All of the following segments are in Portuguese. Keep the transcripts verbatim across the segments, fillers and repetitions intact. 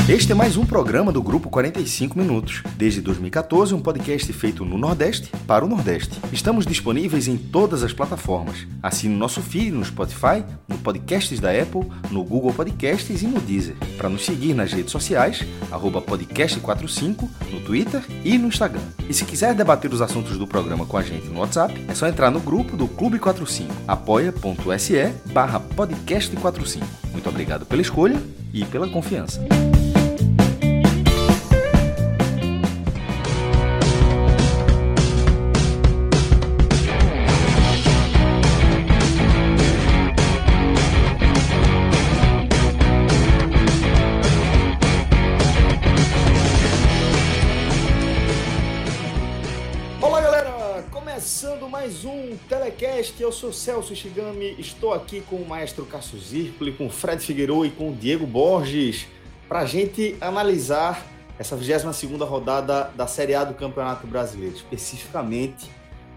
Este é mais um programa do Grupo quarenta e cinco Minutos. Desde dois mil e catorze, um podcast feito no Nordeste para o Nordeste. Estamos disponíveis em todas as plataformas. Assine o nosso feed no Spotify, no Podcasts da Apple, no Google Podcasts e no Deezer. Para nos seguir nas redes sociais, arroba podcast quarenta e cinco, no Twitter e no Instagram. E se quiser debater os assuntos do programa com a gente no WhatsApp, é só entrar no grupo do Clube quarenta e cinco, apoia.se barra podcast quarenta e cinco. Muito obrigado pela escolha e pela confiança. Mais um Telecast, eu sou Celso Shigami, estou aqui com o maestro Cássio Zirpoli, com o Fred Figueiredo e com o Diego Borges, para a gente analisar essa vigésima segunda rodada da Série A do Campeonato Brasileiro, especificamente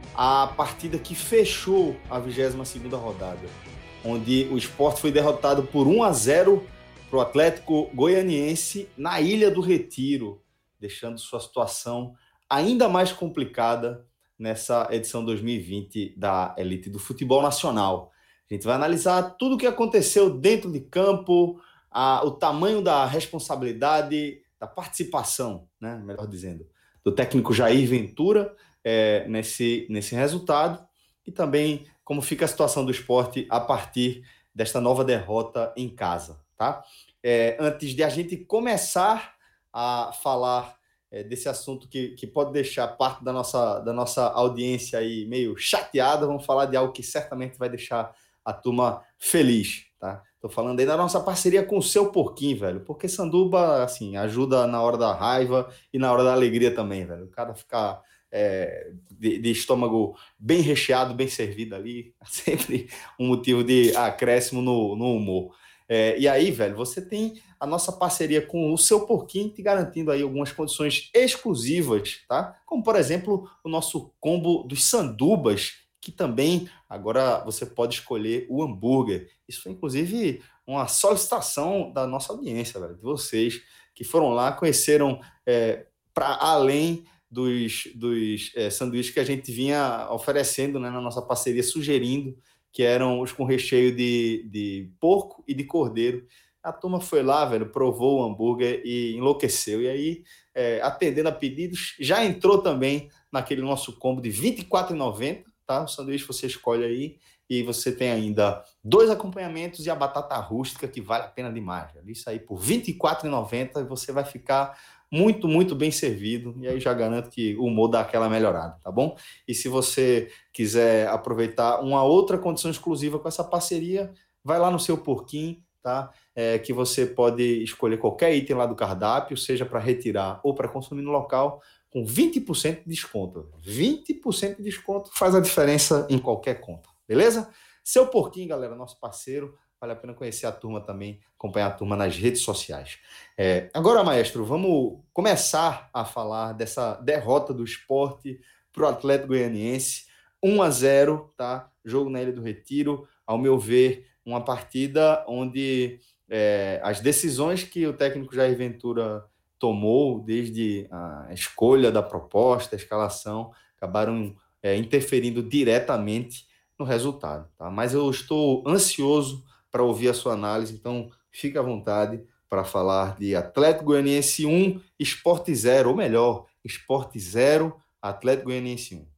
a partida que fechou a vigésima segunda rodada, onde o Sport foi derrotado por um a zero para o Atlético Goianiense na Ilha do Retiro, deixando sua situação ainda mais complicada nessa edição dois mil e vinte da Elite do Futebol Nacional. A gente vai analisar tudo o que aconteceu dentro de campo, a, o tamanho da responsabilidade, da participação, né, melhor dizendo, do técnico Jair Ventura é, nesse, nesse resultado, e também como fica a situação do Sport a partir desta nova derrota em casa. Tá? É, antes de a gente começar a falar desse assunto que, que pode deixar parte da nossa, da nossa audiência aí meio chateada, vamos falar de algo que certamente vai deixar a turma feliz, tá? Tô falando aí da nossa parceria com o Seu Porquinho, velho, porque sanduba, assim, ajuda na hora da raiva e na hora da alegria também, velho. O cara ficar é, de, de estômago bem recheado, bem servido ali, é sempre um motivo de acréscimo no, no humor. É, e aí, velho, você tem a nossa parceria com o Seu Porquinho, te garantindo aí algumas condições exclusivas, tá? Como, por exemplo, o nosso combo dos sandubas, que também agora você pode escolher o hambúrguer. Isso foi, inclusive, uma solicitação da nossa audiência, velho, de vocês que foram lá, conheceram é, para além dos, dos é, sanduíches que a gente vinha oferecendo, né, na nossa parceria, sugerindo, que eram os com recheio de, de porco e de cordeiro. A turma foi lá, velho, provou o hambúrguer e enlouqueceu. E aí, é, atendendo a pedidos, já entrou também naquele nosso combo de vinte e quatro reais e noventa centavos, tá? O sanduíche você escolhe aí e você tem ainda dois acompanhamentos e a batata rústica, que vale a pena demais, velho. Isso aí por vinte e quatro reais e noventa centavos você vai ficar muito, muito bem servido, e aí já garanto que o humor dá aquela melhorada, tá bom? E se você quiser aproveitar uma outra condição exclusiva com essa parceria, vai lá no Seu Porquinho, tá? É, que você pode escolher qualquer item lá do cardápio, seja para retirar ou para consumir no local, com vinte por cento de desconto. vinte por cento de desconto faz a diferença em qualquer conta, beleza? Seu Porquinho, galera, nosso parceiro, vale a pena conhecer a turma também, acompanhar a turma nas redes sociais. É, agora, maestro, vamos começar a falar dessa derrota do Sport para o Atlético Goianiense, um a zero, tá? Jogo na Ilha do Retiro, ao meu ver, uma partida onde é, as decisões que o técnico Jair Ventura tomou, desde a escolha da proposta, a escalação, acabaram é, interferindo diretamente no resultado, tá? Mas eu estou ansioso para ouvir a sua análise, então fique à vontade para falar de Atlético Goianiense um, Sport zero, ou melhor, Sport zero, Atlético Goianiense um.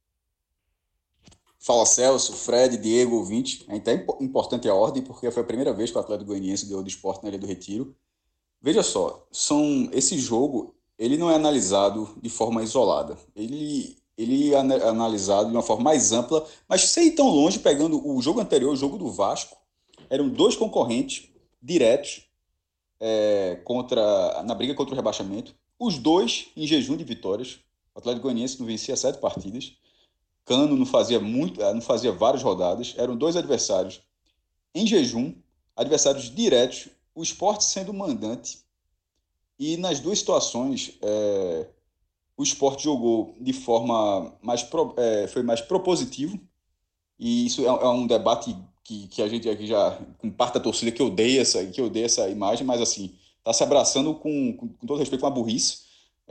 Fala Celso, Fred, Diego, ouvinte. É até importante a ordem, porque foi a primeira vez que o Atlético Goianiense ganhou do Sport na Ilha do Retiro. Veja só, são, esse jogo ele não é analisado de forma isolada. Ele, ele é analisado de uma forma mais ampla, mas sem ir tão longe, pegando o jogo anterior, o jogo do Vasco. Eram dois concorrentes diretos é, contra, na briga contra o rebaixamento. Os dois em jejum de vitórias. O Atlético Goianiense não vencia sete partidas. Cano não fazia, muito, não fazia várias rodadas. Eram dois adversários em jejum, adversários diretos, o Sport sendo mandante. E nas duas situações, é, o Sport jogou de forma mais, é, foi mais propositivo. E isso é, é um debate que, que a gente aqui já, com parte da torcida que odeia essa, que odeia essa imagem, mas assim, tá se abraçando com, com, com todo respeito, com a burrice,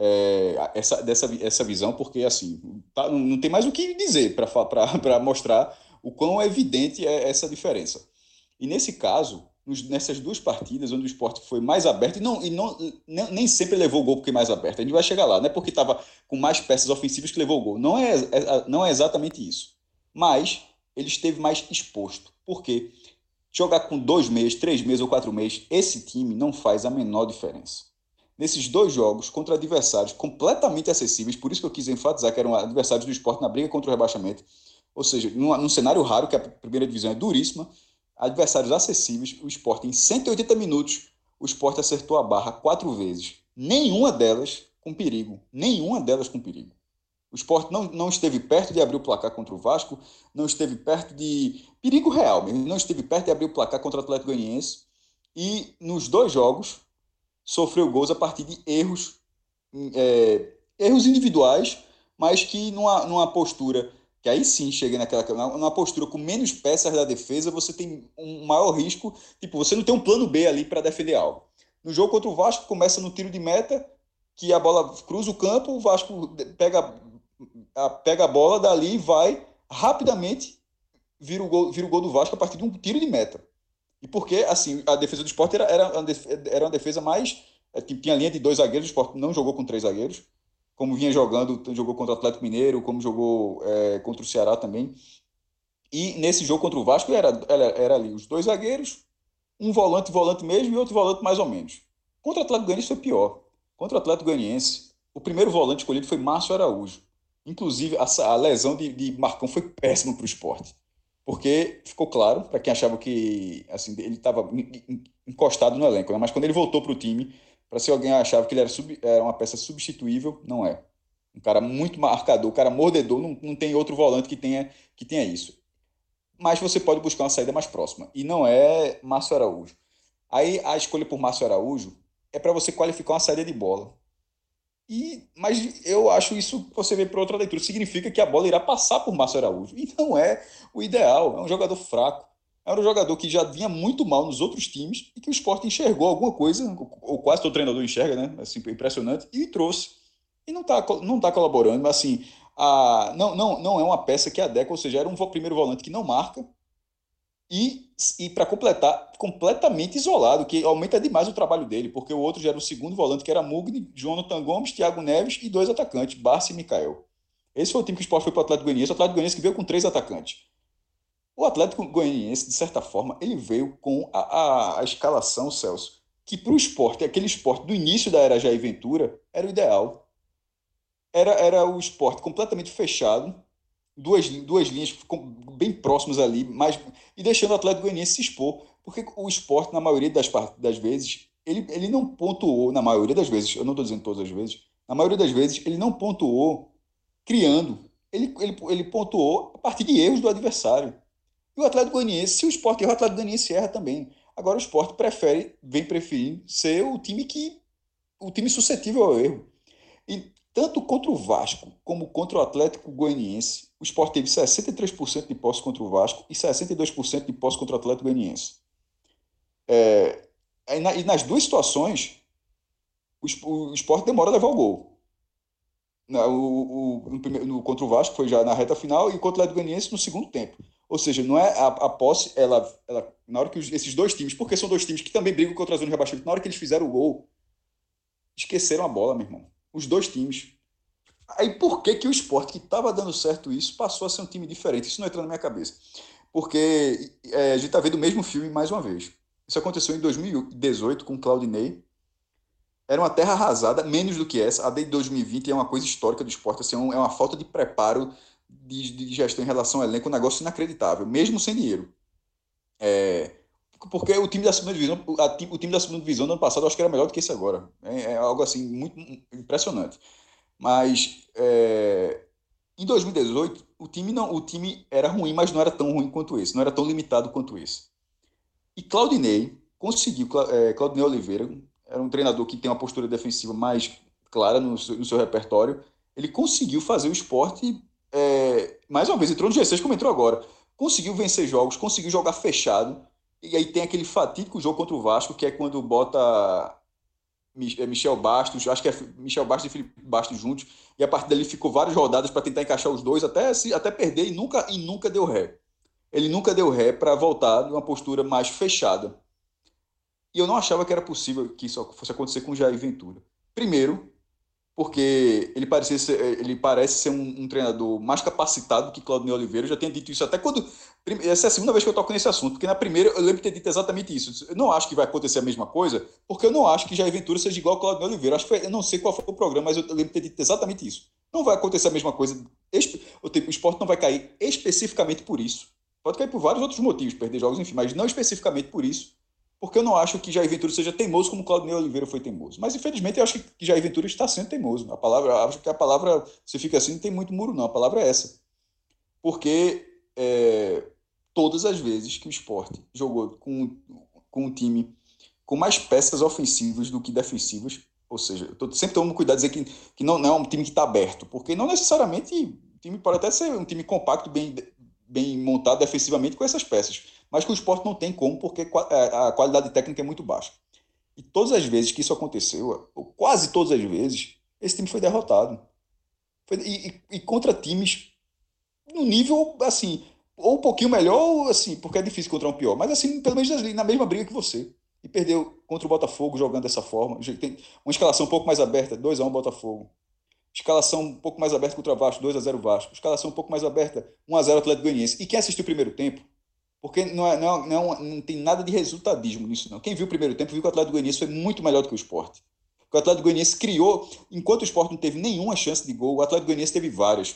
é, essa, dessa, essa visão, porque assim, tá, não, não tem mais o que dizer para mostrar o quão evidente é essa diferença. E nesse caso, nos, nessas duas partidas, onde o Sport foi mais aberto, e, não, e não, nem, nem sempre levou o gol porque mais aberto, a gente vai chegar lá, não é porque estava com mais peças ofensivas que levou o gol, não é, é, não é exatamente isso. Mas ele esteve mais exposto. Por quê? Jogar com dois meses, três meses ou quatro meses, esse time não faz a menor diferença. Nesses dois jogos, contra adversários completamente acessíveis, por isso que eu quis enfatizar que eram adversários do Sport na briga contra o rebaixamento, ou seja, num, num cenário raro, que a primeira divisão é duríssima, adversários acessíveis, o Sport em cento e oitenta minutos, o Sport acertou a barra quatro vezes. Nenhuma delas com perigo. Nenhuma delas com perigo. O Sport não, não esteve perto de abrir o placar contra o Vasco, não esteve perto de... perigo real mesmo, não esteve perto de abrir o placar contra o Atlético Goianiense, e nos dois jogos sofreu gols a partir de erros, é, erros individuais, mas que numa, numa postura, que aí sim chega naquela, numa postura com menos peças da defesa, você tem um maior risco, tipo, você não tem um plano B ali para defender algo. No jogo contra o Vasco, começa no tiro de meta, que a bola cruza o campo, o Vasco pega, pega a bola dali e vai rapidamente, vira o, gol, vira o gol do Vasco a partir de um tiro de meta. E porque, assim, a defesa do Sport era, era, uma, defesa, era uma defesa mais... Tinha linha de dois zagueiros, o Sport não jogou com três zagueiros, como vinha jogando, jogou contra o Atlético Mineiro, como jogou é, contra o Ceará também. E nesse jogo contra o Vasco era, era, era ali os dois zagueiros, um volante, volante mesmo, e outro volante mais ou menos. Contra o Atlético Goianiense foi pior. Contra o Atlético Goianiense, o primeiro volante escolhido foi Márcio Araújo. Inclusive, a, a lesão de, de Marcão foi péssima para o Sport. Porque ficou claro, para quem achava que assim, ele estava encostado no elenco, né? Mas quando ele voltou para o time, para se alguém achava que ele era, sub, era uma peça substituível, não é. Um cara muito marcador, um cara mordedor, não, não tem outro volante que tenha, que tenha isso. Mas você pode buscar uma saída mais próxima, e não é Márcio Araújo. Aí a escolha por Márcio Araújo é para você qualificar uma saída de bola. E, mas eu acho isso, você vê por outra leitura, significa que a bola irá passar por Márcio Araújo. E não é o ideal, é um jogador fraco. Era um jogador que já vinha muito mal nos outros times e que o Sport enxergou alguma coisa, ou quase todo treinador enxerga, né? Assim, impressionante, e trouxe. E não está não tá colaborando, mas assim, a, não, não, não é uma peça que adequa, ou seja, era um primeiro volante que não marca, e, e para completar, completamente isolado, que aumenta demais o trabalho dele, porque o outro já era o segundo volante, que era Mugni, Jonathan Gomes, Thiago Neves e dois atacantes, Barça e Mikael. Esse foi o time que o Sport foi para o Atlético Goianiense, o Atlético Goianiense que veio com três atacantes. O Atlético Goianiense, de certa forma, ele veio com a, a, a escalação, Celso, que para o Sport, aquele Sport do início da era Jair Ventura, era o ideal. Era, era o Sport completamente fechado, Duas, duas linhas bem próximas ali, mas, e deixando o Atlético Goianiense se expor, porque o Sport, na maioria das, das vezes, ele, ele não pontuou, na maioria das vezes, eu não estou dizendo todas as vezes, na maioria das vezes, ele não pontuou criando, ele, ele, ele pontuou a partir de erros do adversário. E o Atlético Goianiense, se o Sport erra, o Atlético Goianiense erra também. Agora o Sport prefere, vem preferindo ser o time que, o time suscetível ao erro. E tanto contra o Vasco como contra o Atlético Goianiense, o Sport teve sessenta e três por cento de posse contra o Vasco e sessenta e dois por cento de posse contra o Atlético Goianiense. É, e nas duas situações, o Sport demora a levar o gol. O, o, no primeiro, no, contra o Vasco foi já na reta final e contra o Atlético Goianiense no segundo tempo. Ou seja, não é a, a posse, ela, ela, na hora que os, esses dois times, porque são dois times que também brigam contra a zona de rebaixamento, na hora que eles fizeram o gol, esqueceram a bola, meu irmão. Os dois times. Aí por que que o Sport, que estava dando certo isso, passou a ser um time diferente? Isso não entra na minha cabeça. Porque é, a gente está vendo o mesmo filme mais uma vez. Isso aconteceu em dois mil e dezoito com o Claudinei. Era uma terra arrasada, menos do que essa. A de dois mil e vinte é uma coisa histórica do Sport. Assim, é uma falta de preparo de, de gestão em relação ao elenco, um negócio inacreditável, mesmo sem dinheiro. É, porque o time da segunda divisão, a, o time da segunda divisão do ano passado, eu acho que era melhor do que esse agora. É, é algo assim muito impressionante. Mas é, em dois mil e dezoito o time não, o time era ruim, mas não era tão ruim quanto esse, não era tão limitado quanto esse. E Claudinei conseguiu, é, Claudinei Oliveira era um treinador que tem uma postura defensiva mais clara no seu, no seu repertório. Ele conseguiu fazer o Sport, é, mais uma vez, entrou no G seis como entrou agora. Conseguiu vencer jogos, conseguiu jogar fechado. E aí tem aquele fatídico jogo contra o Vasco, que é quando bota Michel Bastos, acho que é Michel Bastos e Felipe Bastos juntos, e a partir dali ficou várias rodadas para tentar encaixar os dois, até, até perder, e nunca, e nunca deu ré. Ele nunca deu ré para voltar de uma postura mais fechada. E eu não achava que era possível que isso fosse acontecer com o Jair Ventura. Primeiro, porque ele, parecia ser, ele parece ser um, um treinador mais capacitado que Claudinei Oliveira. Eu já tinha dito isso até quando... Essa é a segunda vez que eu toco nesse assunto, porque na primeira eu lembro de ter dito exatamente isso. Eu não acho que vai acontecer a mesma coisa, porque eu não acho que Jair Ventura seja igual ao Claudinei Oliveira. Acho que foi, eu não sei qual foi o programa, mas eu lembro de ter dito exatamente isso. Não vai acontecer a mesma coisa. O esporte não vai cair especificamente por isso. Pode cair por vários outros motivos, perder jogos, enfim, mas não especificamente por isso, porque eu não acho que Jair Ventura seja teimoso como Claudinei Oliveira foi teimoso. Mas, infelizmente, eu acho que Jair Ventura está sendo teimoso. A palavra, acho que a palavra, você fica assim, não tem muito muro, não. A palavra é essa. Porque é, todas as vezes que o Sport jogou com, com um time com mais peças ofensivas do que defensivas, ou seja, eu tô, sempre tomo cuidado de dizer que, que não, não é um time que está aberto, porque não necessariamente o time pode até ser um time compacto, bem, bem montado defensivamente com essas peças, mas que o Sport não tem como, porque a qualidade técnica é muito baixa. E todas as vezes que isso aconteceu, ou quase todas as vezes, esse time foi derrotado. Foi, e, e, e contra times no nível, assim, ou um pouquinho melhor, ou assim, porque é difícil encontrar um pior, mas assim, pelo menos na mesma briga que você. E perdeu contra o Botafogo jogando dessa forma. Tem uma escalação um pouco mais aberta, dois a um Botafogo. Escalação um pouco mais aberta contra o Vasco, dois a zero Vasco. Escalação um pouco mais aberta, um a zero Atlético Goianiense. E quem assistiu o primeiro tempo, porque não, é, não, é, não, não tem nada de resultadismo nisso, não. Quem viu o primeiro tempo viu que o Atlético Goianiense foi muito melhor do que o Sport. O Atlético Goianiense criou, enquanto o Sport não teve nenhuma chance de gol, o Atlético Goianiense teve várias.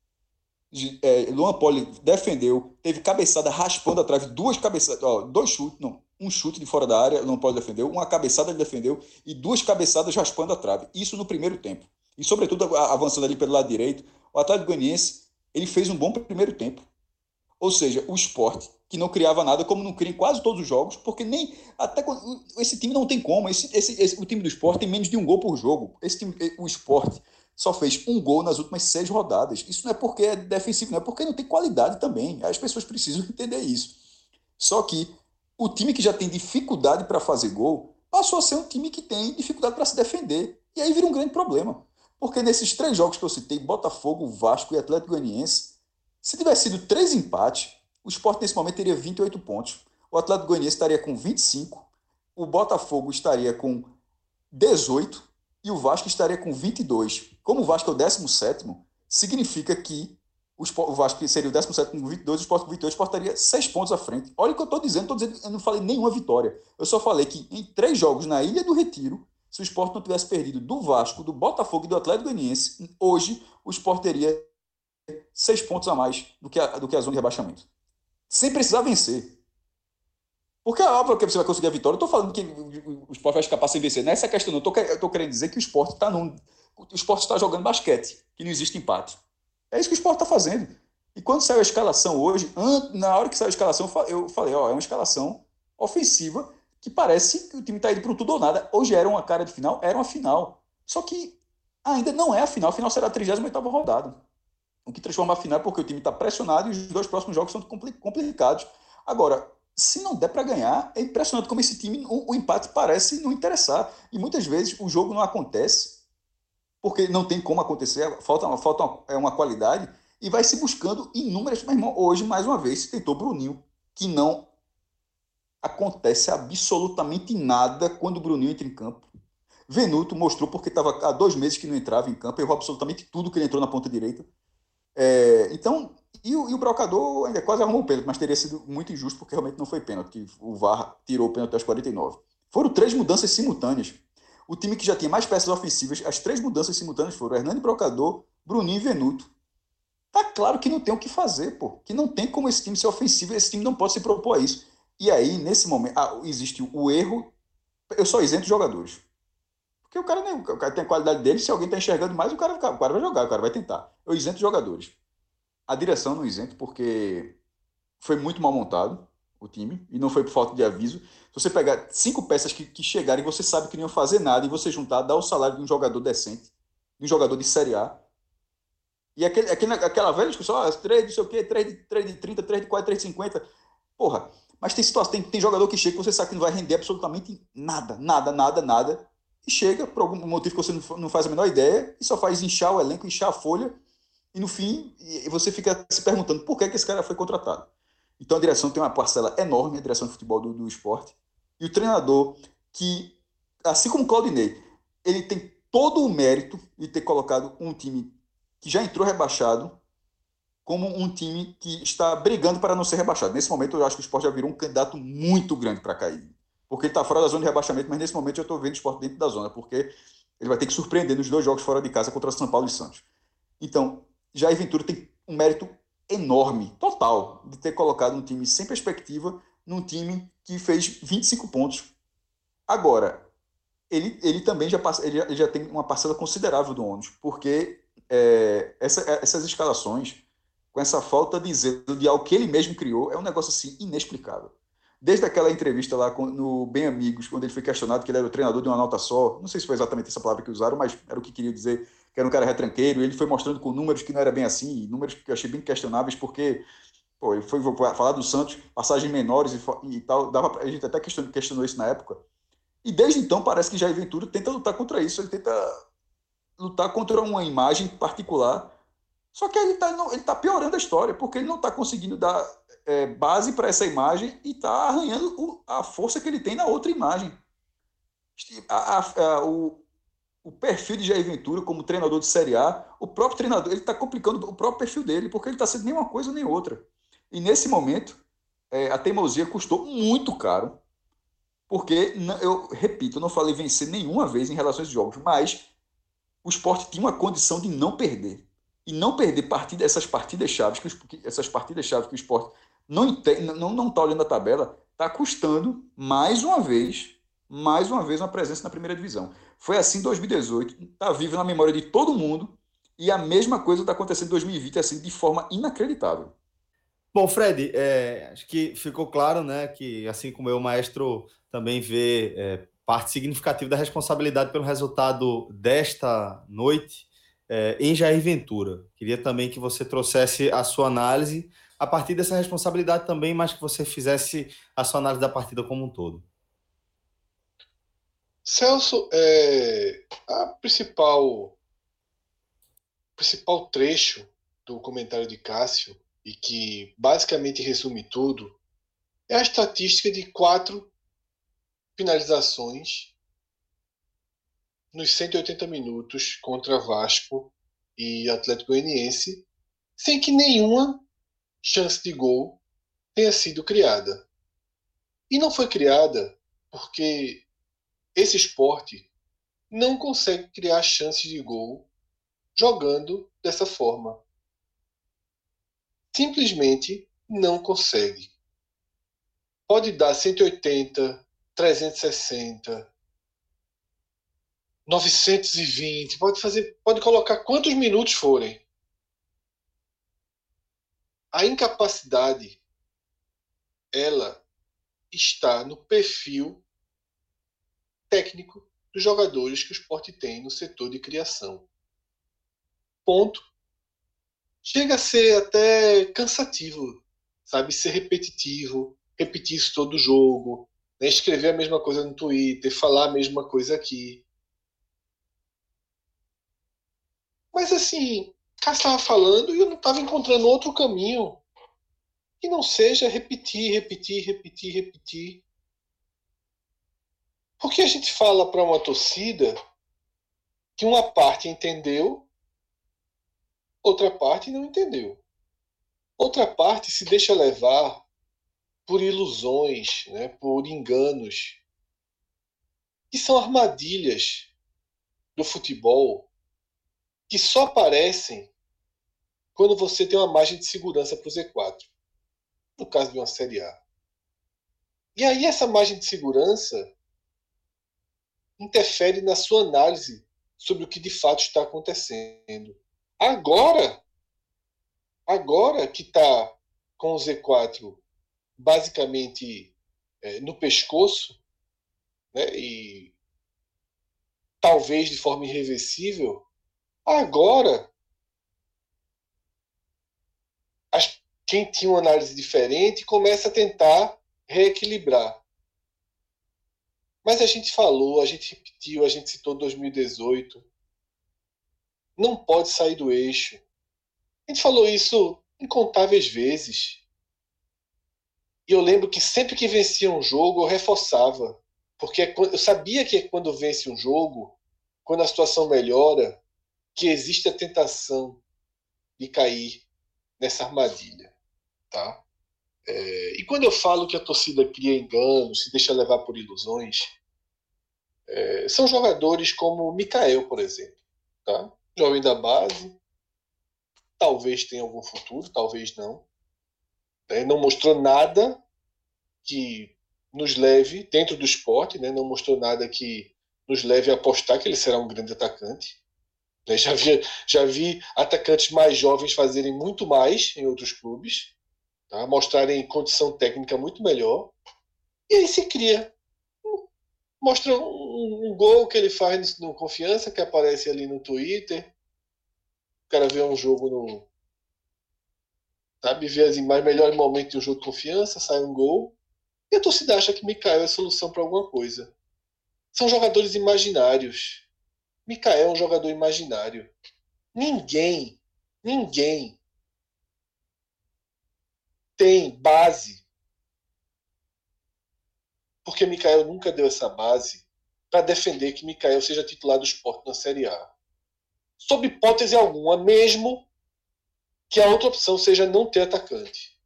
É, Luan Poli defendeu, teve cabeçada raspando a trave, duas cabeçadas, ó, dois chutes, não, um chute de fora da área, Luan Poli defendeu, uma cabeçada ele defendeu e duas cabeçadas raspando a trave. Isso no primeiro tempo. E, sobretudo, avançando ali pelo lado direito, o Atlético Goianiense, ele fez um bom primeiro tempo. Ou seja, o Sport, que não criava nada, como não cria em quase todos os jogos, porque nem até quando, esse time não tem como. Esse, esse, esse, o time do Sport tem menos de um gol por jogo. Esse time, o Sport só fez um gol nas últimas seis rodadas. Isso não é porque é defensivo, não é porque não tem qualidade também. As pessoas precisam entender isso. Só que o time que já tem dificuldade para fazer gol passou a ser um time que tem dificuldade para se defender. E aí vira um grande problema. Porque nesses três jogos que eu citei, Botafogo, Vasco e Atlético Goianiense, se tivesse sido três empates, o Sport nesse momento teria vinte e oito pontos. O Atlético Goianiense estaria com vinte e cinco, o Botafogo estaria com dezoito e o Vasco estaria com vinte e dois. Como o Vasco é o décimo sétimo, significa que o, Sport, o Vasco seria o décimo sétimo com vinte e dois, o Sport com vinte e dois, o Sport estaria seis pontos à frente. Olha o que eu estou dizendo, tô dizendo, eu não falei nenhuma vitória. Eu só falei que em três jogos na Ilha do Retiro, se o Sport não tivesse perdido do Vasco, do Botafogo e do Atlético Goianiense, hoje o Sport teria seis pontos a mais do que a, do que a zona de rebaixamento. Sem precisar vencer. Porque é óbvio que você vai conseguir a vitória. Eu estou falando que o Sport vai escapar sem vencer. Nessa questão, não. Eu estou querendo dizer que o Sport está num... O Sport está jogando basquete, que não existe empate. É isso que o Sport está fazendo. E quando saiu a escalação hoje, na hora que saiu a escalação, eu falei, ó, é uma escalação ofensiva que parece que o time está indo para o tudo ou nada. Hoje era uma cara de final, era uma final. Só que ainda não é a final. A final será a trigésima oitava rodada. O que transforma a final é porque o time está pressionado e os dois próximos jogos são complicados. Agora, se não der para ganhar, é impressionante como esse time, o, o empate parece não interessar. E muitas vezes o jogo não acontece, porque não tem como acontecer, falta, falta uma, é uma qualidade, e vai se buscando inúmeras... Meu irmão, hoje, mais uma vez, se tentou Bruninho, que não acontece absolutamente nada quando o Bruninho entra em campo. Venuto mostrou porque estava há dois meses que não entrava em campo, errou absolutamente tudo que ele entrou na ponta direita. É, então, e o, e o Brocador ainda quase arrumou o pênalti, mas teria sido muito injusto porque realmente não foi pênalti, que o V A R tirou o pênalti aos quarenta e nove. Foram três mudanças simultâneas. O time que já tinha mais peças ofensivas, as três mudanças simultâneas foram Hernani Brocador, Bruninho e Venuto. Tá claro que não tem o que fazer, pô. Que não tem como esse time ser ofensivo, esse time não pode se propor a isso. E aí, nesse momento, ah, existe o erro, eu só isento os jogadores. Porque o cara, né, o cara tem a qualidade dele, se alguém está enxergando mais, o cara, o cara vai jogar, o cara vai tentar. Eu isento os jogadores. A direção não isento, porque foi muito mal montado o time, e não foi por falta de aviso. Se você pegar cinco peças que, que chegarem, você sabe que não iam fazer nada, e você juntar, dar o salário de um jogador decente, de um jogador de Série A, e aquele, aquele, aquela velha discussão, ah, três de sei o quê, três de, três de trinta, três de quarenta, três de cinquenta, porra, mas tem situação, tem, tem jogador que chega que você sabe que não vai render absolutamente nada, nada, nada, nada, e chega, por algum motivo que você não faz a menor ideia, e só faz inchar o elenco, inchar a folha, e no fim você fica se perguntando por que, que esse cara foi contratado. Então a direção tem uma parcela enorme, a direção de futebol do, do esporte, e o treinador que, assim como o Claudinei, ele tem todo o mérito de ter colocado um time que já entrou rebaixado como um time que está brigando para não ser rebaixado. Nesse momento, eu acho que o Sport já virou um candidato muito grande para cair. Porque ele está fora da zona de rebaixamento, mas nesse momento eu estou vendo o Sport dentro da zona, porque ele vai ter que surpreender nos dois jogos fora de casa contra São Paulo e Santos. Então, Jair Ventura tem um mérito enorme, total, de ter colocado um time sem perspectiva num time que fez vinte e cinco pontos. Agora, ele, ele também já, passa, ele já, ele já tem uma parcela considerável do ônus, porque é, essa, essas escalações, com essa falta de zelo de algo que ele mesmo criou, é um negócio assim inexplicável. Desde aquela entrevista lá no Bem Amigos, quando ele foi questionado que ele era o treinador de uma nota só, não sei se foi exatamente essa palavra que usaram, mas era o que queria dizer, que era um cara retranqueiro, e ele foi mostrando com números que não era bem assim, números que eu achei bem questionáveis, porque pô, ele foi falar do Santos, passagens menores e, e tal, dava pra, a gente até questionou, questionou isso na época, e desde então parece que Jair Ventura tenta lutar contra isso, ele tenta lutar contra uma imagem particular, só que ele está ele tá piorando a história, porque ele não está conseguindo dar é, base para essa imagem e está arranhando o, a força que ele tem na outra imagem. A, a, a, o, o perfil de Jair Ventura como treinador de Série A, o próprio treinador, ele está complicando o próprio perfil dele, porque ele está sendo nem uma coisa nem outra. E nesse momento, é, a teimosia custou muito caro, porque, eu repito, eu não falei vencer nenhuma vez em relação a esses jogos, mas o Sport tinha uma condição de não perder. E não perder partida, essas partidas chaves, que, essas partidas chaves que o Sport não está não, não tá olhando a tabela, está custando, mais uma vez, mais uma vez, uma presença na primeira divisão. Foi assim em dois mil e dezoito, está vivo na memória de todo mundo, e a mesma coisa está acontecendo em dois mil e vinte, assim, de forma inacreditável. Bom, Fred, é, acho que ficou claro, né, que assim como eu, o maestro também vê é, parte significativa da responsabilidade pelo resultado desta noite é, em Jair Ventura. Queria também que você trouxesse a sua análise a partir dessa responsabilidade também, mas que você fizesse a sua análise da partida como um todo. Celso, é, a principal, principal trecho do comentário de Cássio, e que basicamente resume tudo, é a estatística de quatro finalizações nos cento e oitenta minutos contra Vasco e Atlético Goianiense, sem que nenhuma chance de gol tenha sido criada. E não foi criada porque esse esporte não consegue criar chances de gol jogando dessa forma. Simplesmente não consegue. Pode dar cento e oitenta, trezentos e sessenta, novecentos e vinte, pode fazer, pode colocar quantos minutos forem. A incapacidade, ela está no perfil técnico dos jogadores que o Sport tem no setor de criação. Ponto. Chega a ser até cansativo, sabe? Ser repetitivo, repetir isso todo jogo, né? Escrever a mesma coisa no Twitter, falar a mesma coisa aqui. Mas assim, Cássio estava falando e eu não estava encontrando outro caminho que não seja repetir, repetir, repetir, repetir. Porque a gente fala para uma torcida que uma parte entendeu, outra parte não entendeu. Outra parte se deixa levar por ilusões, né, por enganos, que são armadilhas do futebol que só aparecem quando você tem uma margem de segurança para o Z quatro, no caso de uma Série A. E aí essa margem de segurança interfere na sua análise sobre o que de fato está acontecendo. Agora, agora que está com o Z quatro basicamente é, no pescoço, né, e talvez de forma irreversível, agora as, quem tinha uma análise diferente começa a tentar reequilibrar. Mas a gente falou, a gente repetiu, a gente citou dois mil e dezoito. Não pode sair do eixo. A gente falou isso incontáveis vezes. E eu lembro que sempre que vencia um jogo, eu reforçava. Porque eu sabia que quando vence um jogo, quando a situação melhora, que existe a tentação de cair nessa armadilha. Tá? É, e quando eu falo que a torcida cria enganos, se deixa levar por ilusões, é, são jogadores como o Mikael, por exemplo. Tá? Jovem da base, talvez tenha algum futuro, talvez não. Né? Não mostrou nada que nos leve, dentro do esporte, né? Não mostrou nada que nos leve a apostar que ele será um grande atacante. Né? Já, vi, já vi atacantes mais jovens fazerem muito mais em outros clubes, tá? Mostrarem condição técnica muito melhor. E aí se cria. Mostra um, um gol que ele faz no, no Confiança, que aparece ali no Twitter. O cara vê um jogo no... Sabe, vê as imagens, melhores momentos de um jogo de Confiança, sai um gol. E a torcida acha que Mikael é a solução para alguma coisa. São jogadores imaginários. Mikael é um jogador imaginário. Ninguém, ninguém tem base, porque Mikael nunca deu essa base para defender que Mikael seja titular do Sport na Série A. Sob hipótese alguma, mesmo que a outra opção seja não ter atacante.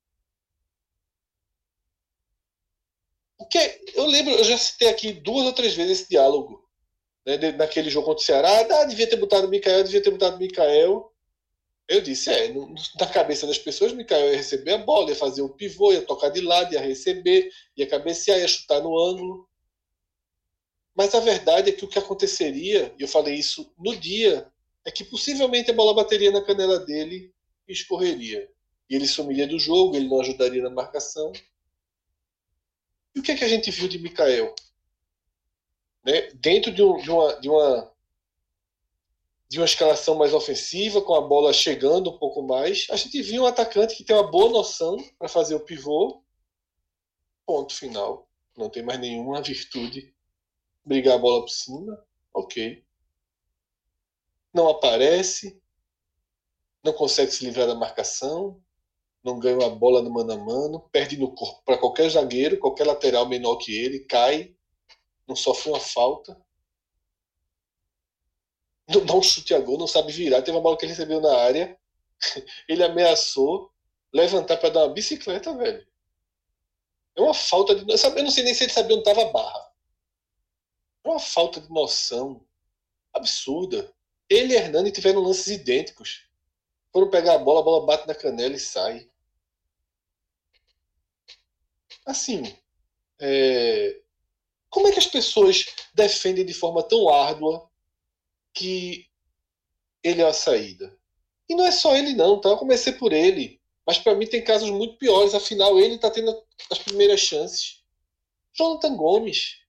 O que eu lembro, eu já citei aqui duas ou três vezes esse diálogo, né, naquele jogo contra o Ceará. Ah, devia ter botado o Mikael, devia ter botado o Mikael. Eu disse, é, no, na cabeça das pessoas, o Mikael ia receber a bola, ia fazer o pivô, ia tocar de lado, ia receber, ia cabecear, ia chutar no ângulo. Mas a verdade é que o que aconteceria, e eu falei isso no dia, é que possivelmente a bola bateria na canela dele e escorreria. E ele sumiria do jogo, ele não ajudaria na marcação. E o que é que a gente viu de Mikael? Né? Dentro de, um, de, uma, de, uma, de uma escalação mais ofensiva, com a bola chegando um pouco mais, a gente viu um atacante que tem uma boa noção para fazer o pivô. Ponto final. Não tem mais nenhuma virtude. Brigar a bola por cima, ok. Não aparece, não consegue se livrar da marcação, não ganha uma bola no mano a mano, perde no corpo para qualquer zagueiro, qualquer lateral menor que ele, cai, não sofre uma falta, não dá um chute a gol, não sabe virar. Teve uma bola que ele recebeu na área, ele ameaçou levantar para dar uma bicicleta, velho. É uma falta de... Eu não sei nem se ele sabia onde estava a barra. É uma falta de noção absurda. Ele e Hernani tiveram lances idênticos. Foram pegar a bola, a bola bate na canela e sai. Assim, é... como é que as pessoas defendem de forma tão árdua que ele é a saída? E não é só ele não, tá? Eu comecei por ele. Mas para mim tem casos muito piores. Afinal, ele está tendo as primeiras chances. Jonathan Gomes.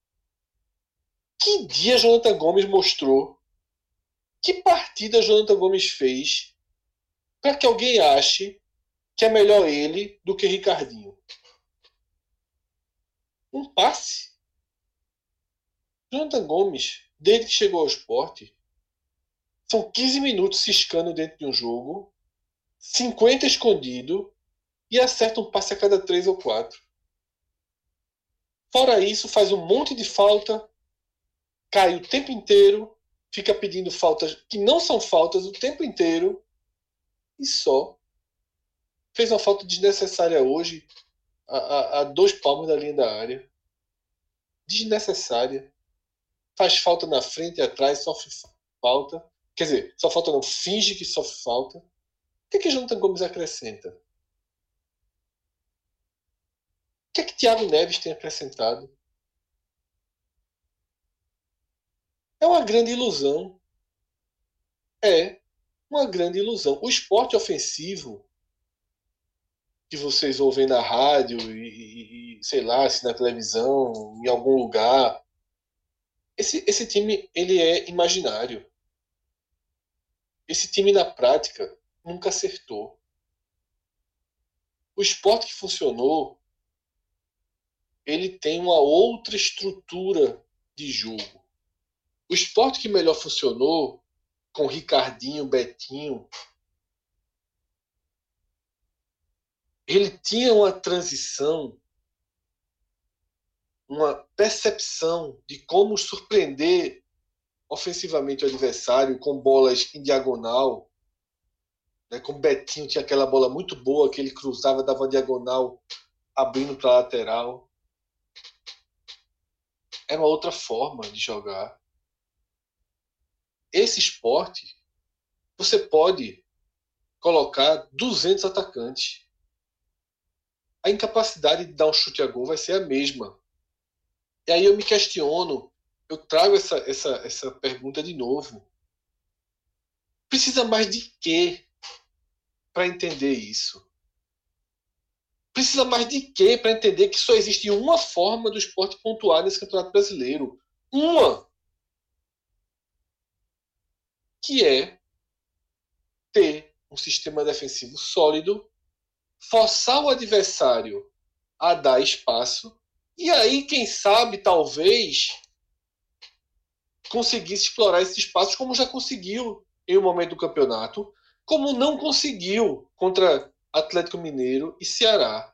Que dia Jonathan Gomes mostrou? Que partida Jonathan Gomes fez para que alguém ache que é melhor ele do que Ricardinho? Um passe. Jonathan Gomes, desde que chegou ao Sport, são quinze minutos ciscando dentro de um jogo, cinquenta escondido e acerta um passe a cada três ou quatro. Fora isso, faz um monte de falta, cai o tempo inteiro, fica pedindo faltas que não são faltas o tempo inteiro e só. Fez uma falta desnecessária hoje, a, a, a dois palmos da linha da área. Desnecessária. Faz falta na frente e atrás, sofre falta. Quer dizer, só falta não, finge que sofre falta. O que é que Jonathan Gomes acrescenta? O que é que Thiago Neves tem acrescentado? É uma grande ilusão. É uma grande ilusão. O esporte ofensivo que vocês ouvem na rádio e, e, sei lá, se na televisão, em algum lugar, esse, esse time ele é imaginário. Esse time na prática nunca acertou. O esporte que funcionou ele tem uma outra estrutura de jogo. O Sport que melhor funcionou, com Ricardinho, Betinho, ele tinha uma transição, uma percepção de como surpreender ofensivamente o adversário com bolas em diagonal, né? Como Betinho tinha aquela bola muito boa que ele cruzava, dava diagonal, abrindo para a lateral. Era uma outra forma de jogar. Esse esporte, você pode colocar duzentos atacantes. A incapacidade de dar um chute a gol vai ser a mesma. E aí eu me questiono, eu trago essa, essa, essa pergunta de novo. Precisa mais de quê para entender isso? Precisa mais de quê para entender que só existe uma forma do Sport pontuar nesse Campeonato Brasileiro? Uma! Que é ter um sistema defensivo sólido, forçar o adversário a dar espaço, e aí, quem sabe, talvez, conseguisse explorar esses espaços como já conseguiu em um momento do campeonato, como não conseguiu contra Atlético Mineiro e Ceará.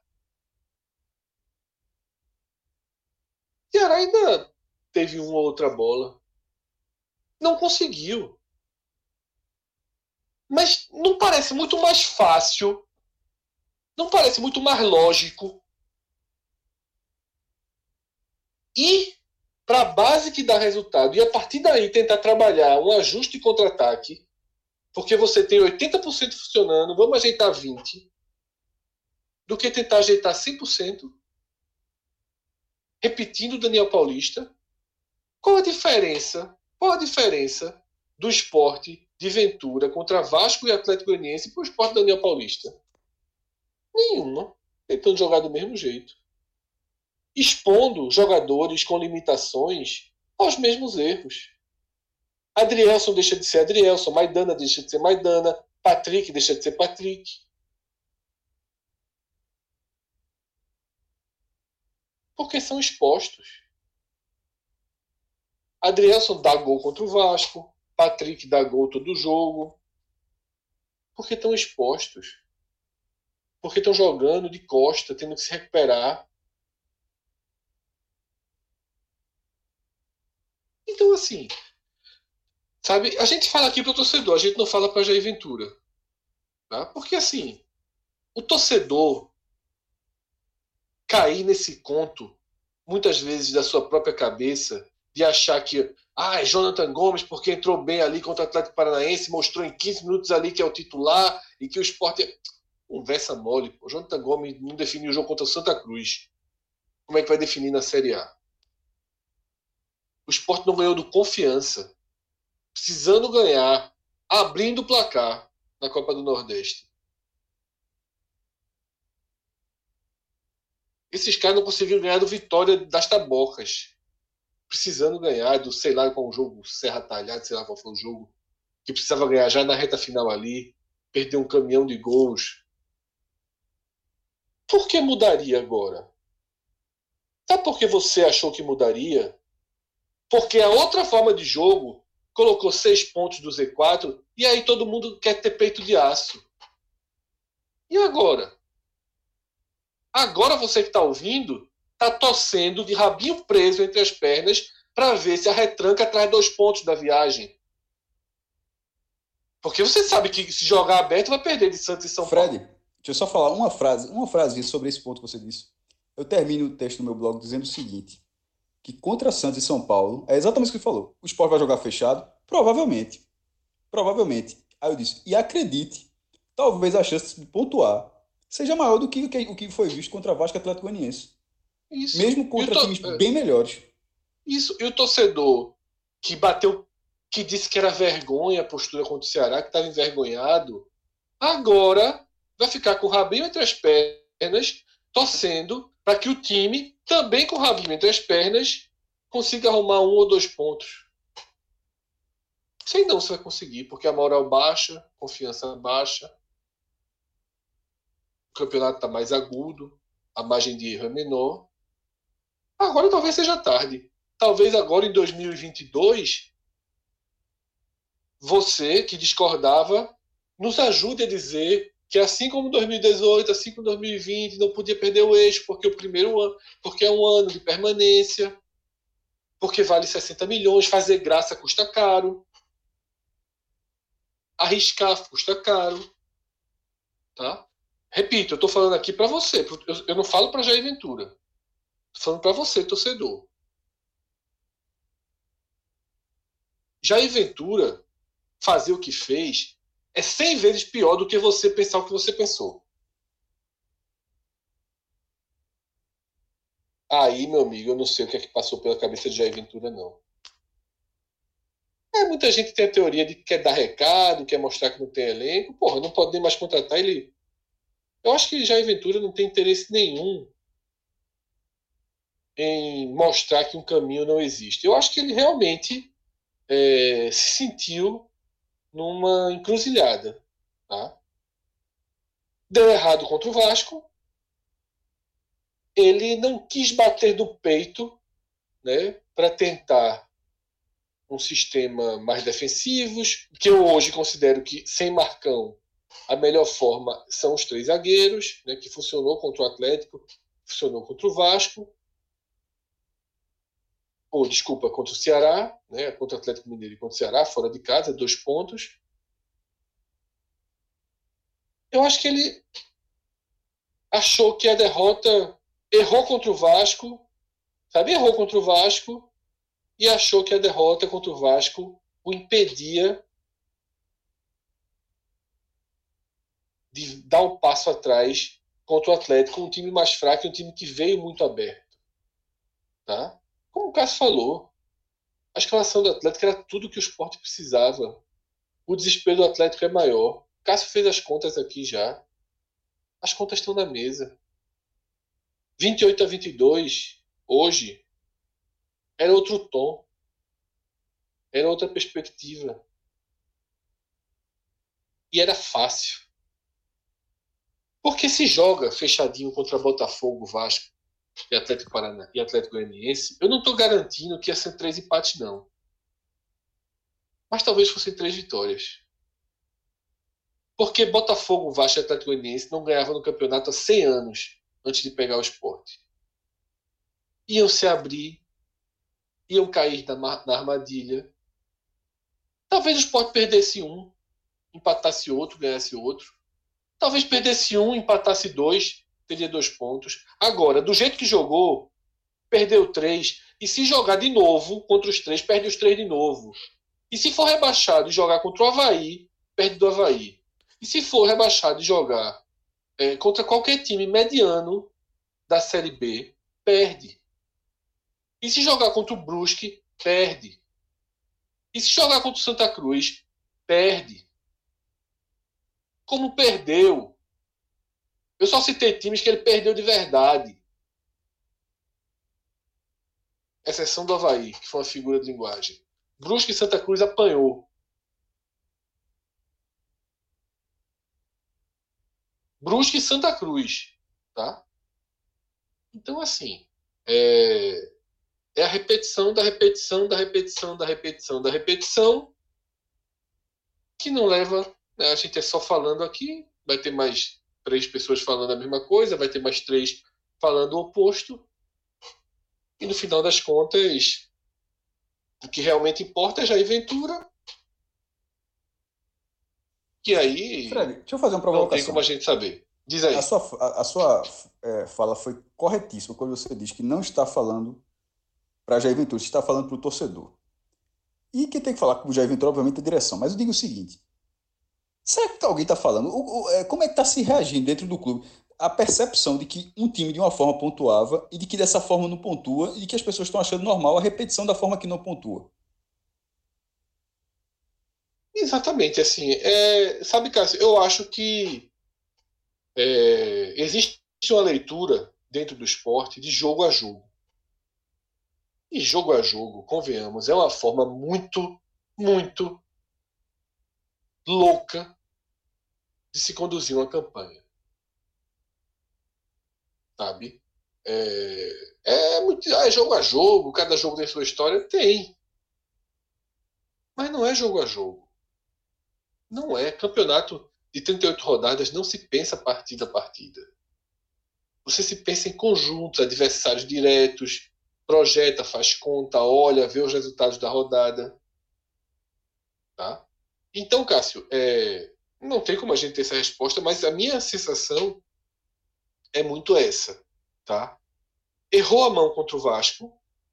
Ceará ainda teve uma ou outra bola. Não conseguiu. Mas não parece muito mais fácil, não parece muito mais lógico ir para a base que dá resultado e a partir daí tentar trabalhar um ajuste de contra-ataque, porque você tem oitenta por cento funcionando, vamos ajeitar vinte por cento, do que tentar ajeitar cem por cento, repetindo o Daniel Paulista. Qual a diferença? Qual a diferença do Sport de Ventura contra Vasco e Atlético Goianiense para o Sport Daniel Paulista? Nenhuma. Tentando jogar do mesmo jeito. Expondo jogadores com limitações aos mesmos erros. Adrielson deixa de ser Adrielson, Maidana deixa de ser Maidana, Patrick deixa de ser Patrick. Porque são expostos. Adrielson dá gol contra o Vasco, Patrick dá gol todo jogo. Porque estão expostos. Porque estão jogando de costa, tendo que se recuperar. Então, assim, sabe, a gente fala aqui para o torcedor, a gente não fala para Jair Ventura. Tá? Porque, assim, o torcedor cair nesse conto, muitas vezes da sua própria cabeça, de achar que, ah, é Jonathan Gomes, porque entrou bem ali contra o Atlético Paranaense, mostrou em quinze minutos ali que é o titular e que o Sport é... Conversa mole, pô. O Jonathan Gomes não definiu o jogo contra o Santa Cruz. Como é que vai definir na Série A? O Sport não ganhou do Confiança, precisando ganhar, abrindo o placar na Copa do Nordeste. Esses caras não conseguiram ganhar do Vitória das Tabocas, precisando ganhar do, sei lá qual o jogo, Serra Talhada, sei lá qual foi o jogo, que precisava ganhar já na reta final ali, perdeu um caminhão de gols. Por que mudaria agora? Sabe por que você achou que mudaria? Porque a outra forma de jogo colocou seis pontos do Z quatro e aí todo mundo quer ter peito de aço. E agora? Agora você que está ouvindo está torcendo de rabinho preso entre as pernas para ver se a retranca traz dois pontos da viagem. Porque você sabe que se jogar aberto vai perder de Santos e São Paulo. Fred, deixa eu só falar uma frase, uma frase sobre esse ponto que você disse. Eu termino o texto do meu blog dizendo o seguinte, que contra Santos e São Paulo, é exatamente o que ele falou, o Sport vai jogar fechado? Provavelmente. Provavelmente. Aí eu disse, e acredite, talvez a chance de pontuar seja maior do que o que foi visto contra Vasco e Atlético Goianiense. Isso. Mesmo contra to... times bem melhores. Isso. E o torcedor que bateu, que disse que era vergonha a postura contra o Ceará, que estava envergonhado, agora vai ficar com o rabinho entre as pernas, torcendo para que o time, também com o rabinho entre as pernas, consiga arrumar um ou dois pontos. Sei não se vai conseguir, porque a moral baixa, a confiança baixa, o campeonato está mais agudo, a margem de erro é menor. Agora talvez seja tarde. Talvez agora em dois mil e vinte e dois, você que discordava nos ajude a dizer que assim como dois mil e dezoito, assim como dois mil e vinte, não podia perder o eixo porque o primeiro ano, porque é um ano de permanência, porque vale sessenta milhões, fazer graça custa caro, arriscar custa caro, tá? Repito, eu estou falando aqui para você, eu não falo para Jair Ventura, estou falando para você, torcedor. Jair Ventura fazer o que fez é cem vezes pior do que você pensar o que você pensou. Aí, meu amigo, eu não sei o que é que passou pela cabeça de Jair Ventura, não. É, muita gente tem a teoria de que quer dar recado, quer mostrar que não tem elenco. Porra, não pode nem mais contratar ele. Eu acho que Jair Ventura não tem interesse nenhum em mostrar que um caminho não existe. Eu acho que ele realmente é, se sentiu numa encruzilhada. Tá? Deu errado contra o Vasco. Ele não quis bater do peito, né, para tentar um sistema mais defensivo, que eu hoje considero que sem Marcão a melhor forma são os três zagueiros, né, que funcionou contra o Atlético, funcionou contra o Vasco, ou desculpa, contra o Ceará, né, contra o Atlético Mineiro e contra o Ceará, fora de casa, dois pontos. Eu acho que ele achou que a derrota errou contra o Vasco, sabe? Errou contra o Vasco e achou que a derrota contra o Vasco o impedia de dar um passo atrás contra o Atlético, um time mais fraco e um time que veio muito aberto. Tá? Como o Cássio falou, a escalação do Atlético era tudo que o Sport precisava. O desespero do Atlético é maior. O Cássio fez as contas aqui já. As contas estão na mesa. vinte e oito a vinte e dois, hoje, era outro tom. Era outra perspectiva. E era fácil. Porque se joga fechadinho contra Botafogo, Vasco e Atlético Paranaense e Atlético Goianiense, eu não estou garantindo que ia ser três empates, não. Mas talvez fossem três vitórias. Porque Botafogo, Vasco e Atlético Goianiense não ganhavam no campeonato há cem anos antes de pegar o Sport. Iam se abrir, iam cair na, na armadilha. Talvez o Sport perdesse um, empatasse outro, ganhasse outro. Talvez perdesse um, empatasse dois, teria dois pontos. Agora, do jeito que jogou, perdeu três. E se jogar de novo contra os três, perde os três de novo. E se for rebaixado e jogar contra o Avaí, perde do Avaí. E se for rebaixado e jogar é, contra qualquer time mediano da Série B, perde. E se jogar contra o Brusque, perde. E se jogar contra o Santa Cruz, perde. Como perdeu. Eu só citei times que ele perdeu de verdade. Exceção do Avaí, que foi uma figura de linguagem. Brusque e Santa Cruz apanhou. Brusque e Santa Cruz. Tá? Então, assim, é, é a repetição da repetição da repetição da repetição da repetição que não leva... Né, a gente é só falando aqui, vai ter mais três pessoas falando a mesma coisa, vai ter mais três falando o oposto. E no final das contas, o que realmente importa é Jair Ventura. Que aí Fred, deixa eu fazer uma não provocação. tem como a gente saber. Diz aí. A sua, a, a sua é, fala foi corretíssima quando você diz que não está falando para Jair Ventura, você está falando para o torcedor. E quem tem que falar com o Jair Ventura, obviamente, é a direção. Mas eu digo o seguinte, será que alguém está falando? O, o, é, como é que está se reagindo dentro do clube? A percepção de que um time de uma forma pontuava e de que dessa forma não pontua e de que as pessoas estão achando normal a repetição da forma que não pontua. Exatamente, assim. É, sabe, Cássio, eu acho que é, existe uma leitura dentro do esporte de jogo a jogo. E jogo a jogo, convenhamos, é uma forma muito, muito louca de se conduzir uma campanha. Sabe? É, é, muito, ah, é jogo a jogo, cada jogo tem sua história. Tem. Mas não é jogo a jogo. Não é. Campeonato de trinta e oito rodadas não se pensa partida a partida. Você se pensa em conjuntos, adversários diretos, projeta, faz conta, olha, vê os resultados da rodada. Tá? Então, Cássio, é, não tem como a gente ter essa resposta, mas a minha sensação é muito essa. Tá? Errou a mão contra o Vasco,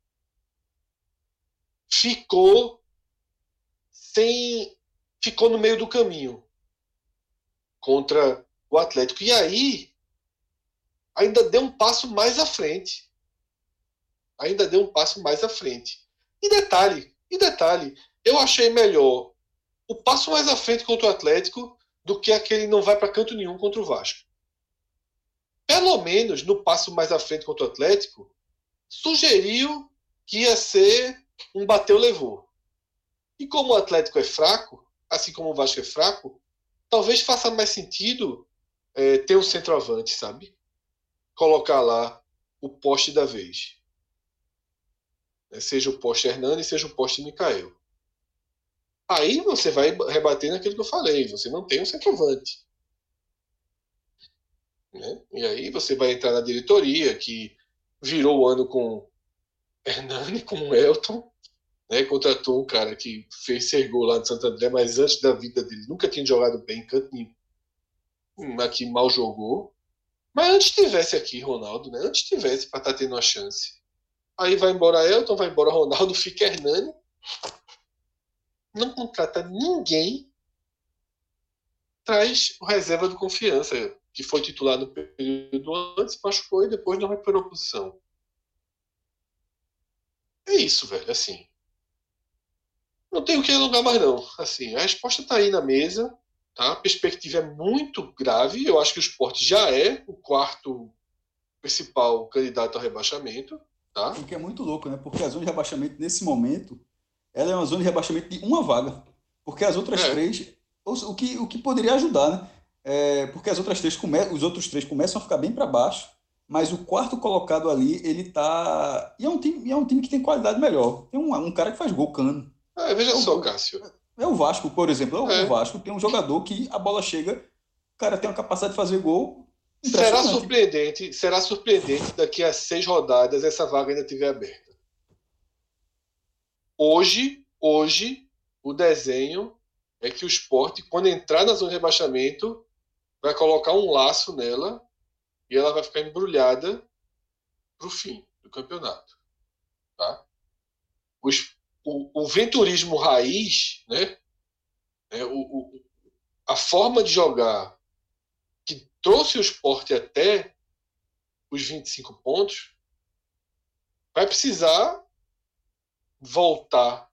ficou sem, ficou no meio do caminho contra o Atlético. E aí, ainda deu um passo mais à frente. Ainda deu um passo mais à frente. E detalhe, e detalhe, eu achei melhor o passo mais à frente contra o Atlético do que aquele não vai para canto nenhum contra o Vasco. Pelo menos no passo mais à frente contra o Atlético, sugeriu que ia ser um bateu-levou. E como o Atlético é fraco, assim como o Vasco é fraco, talvez faça mais sentido é, ter um centroavante, sabe? Colocar lá o poste da vez. Seja o poste Hernani, seja o poste Mikael. Aí você vai rebater naquilo que eu falei. Você não tem um centroavante. Né? E aí você vai entrar na diretoria, que virou o ano com Hernani, com o Elton, né? Contratou um cara que fez ser gol lá no Santo André, mas antes da vida dele nunca tinha jogado bem em canto nenhum. Aqui mal jogou. Mas antes tivesse aqui Ronaldo, né? Antes tivesse para estar tendo uma chance. Aí vai embora Elton, vai embora Ronaldo, fica Hernani. Não contrata ninguém. Traz o reserva de confiança, que foi titular no período antes, machucou e depois não recuperou posição. É isso, velho, assim. Não tem o que alugar mais, não. Assim, a resposta está aí na mesa. Tá? A perspectiva é muito grave. Eu acho que o Sport já é o quarto principal candidato ao rebaixamento. Tá? O que é muito louco, né? Porque a zona de rebaixamento, nesse momento, ela é uma zona de rebaixamento de uma vaga. Porque as outras é. três... O que, o que poderia ajudar, né? É, porque as outras três come, os outros três começam a ficar bem para baixo, mas o quarto colocado ali, ele tá... E é um time, é um time que tem qualidade melhor. Tem um, um cara que faz gol, Cano. É, veja é só, Cássio. É o Vasco, por exemplo. É. O Vasco tem um jogador que a bola chega, o cara tem uma capacidade de fazer gol. Será surpreendente, será surpreendente daqui a seis rodadas essa vaga ainda estiver aberta. Hoje, hoje, o desenho é que o Sport, quando entrar na zona de rebaixamento, vai colocar um laço nela e ela vai ficar embrulhada para o fim do campeonato. Tá? Os, o, o venturismo raiz, né? É, o, o, a forma de jogar que trouxe o Sport até os vinte e cinco pontos, vai precisar voltar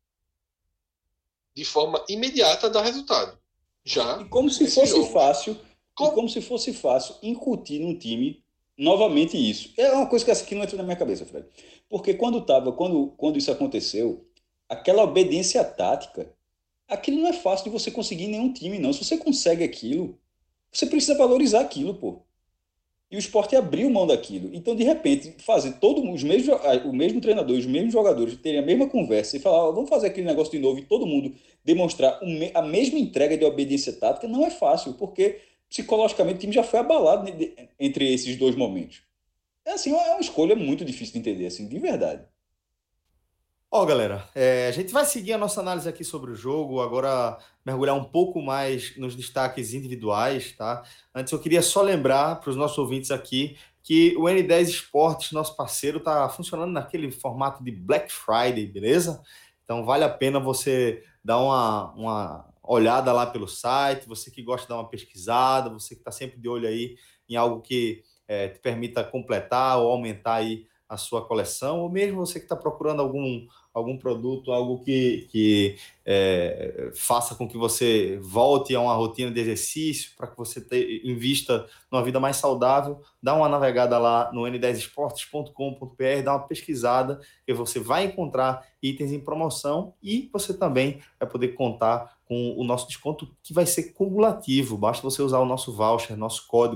de forma imediata a dar resultado. Já. E como se fosse jogos. fácil, como... como se fosse fácil incutir num time novamente isso. É uma coisa que essa aqui não entra na minha cabeça, Fred. Porque quando tava, quando, quando isso aconteceu, aquela obediência tática, aquilo não é fácil de você conseguir em nenhum time, não. Se você consegue aquilo, você precisa valorizar aquilo, pô. E o Sport abriu mão daquilo. Então, de repente, fazer todo os mesmos, o mesmo treinador, os mesmos jogadores terem a mesma conversa e falar, oh, vamos fazer aquele negócio de novo e todo mundo demonstrar a mesma entrega de obediência tática, não é fácil, porque psicologicamente o time já foi abalado entre esses dois momentos. É assim, é uma escolha muito difícil de entender, assim, de verdade. Ó, oh, galera, é, a gente vai seguir a nossa análise aqui sobre o jogo, agora mergulhar um pouco mais nos destaques individuais, tá? Antes eu queria só lembrar para os nossos ouvintes aqui que o N dez Esportes, nosso parceiro, tá funcionando naquele formato de Black Friday, beleza? Então vale a pena você dar uma, uma olhada lá pelo site, você que gosta de dar uma pesquisada, você que está sempre de olho aí em algo que é, te permita completar ou aumentar aí a sua coleção, ou mesmo você que está procurando algum, algum produto, algo que, que é, faça com que você volte a uma rotina de exercício, para que você te, invista numa vida mais saudável, dá uma navegada lá no n dez esportes ponto com ponto b r, dá uma pesquisada, que você vai encontrar itens em promoção e você também vai poder contar com o nosso desconto, que vai ser cumulativo, basta você usar o nosso voucher, nosso código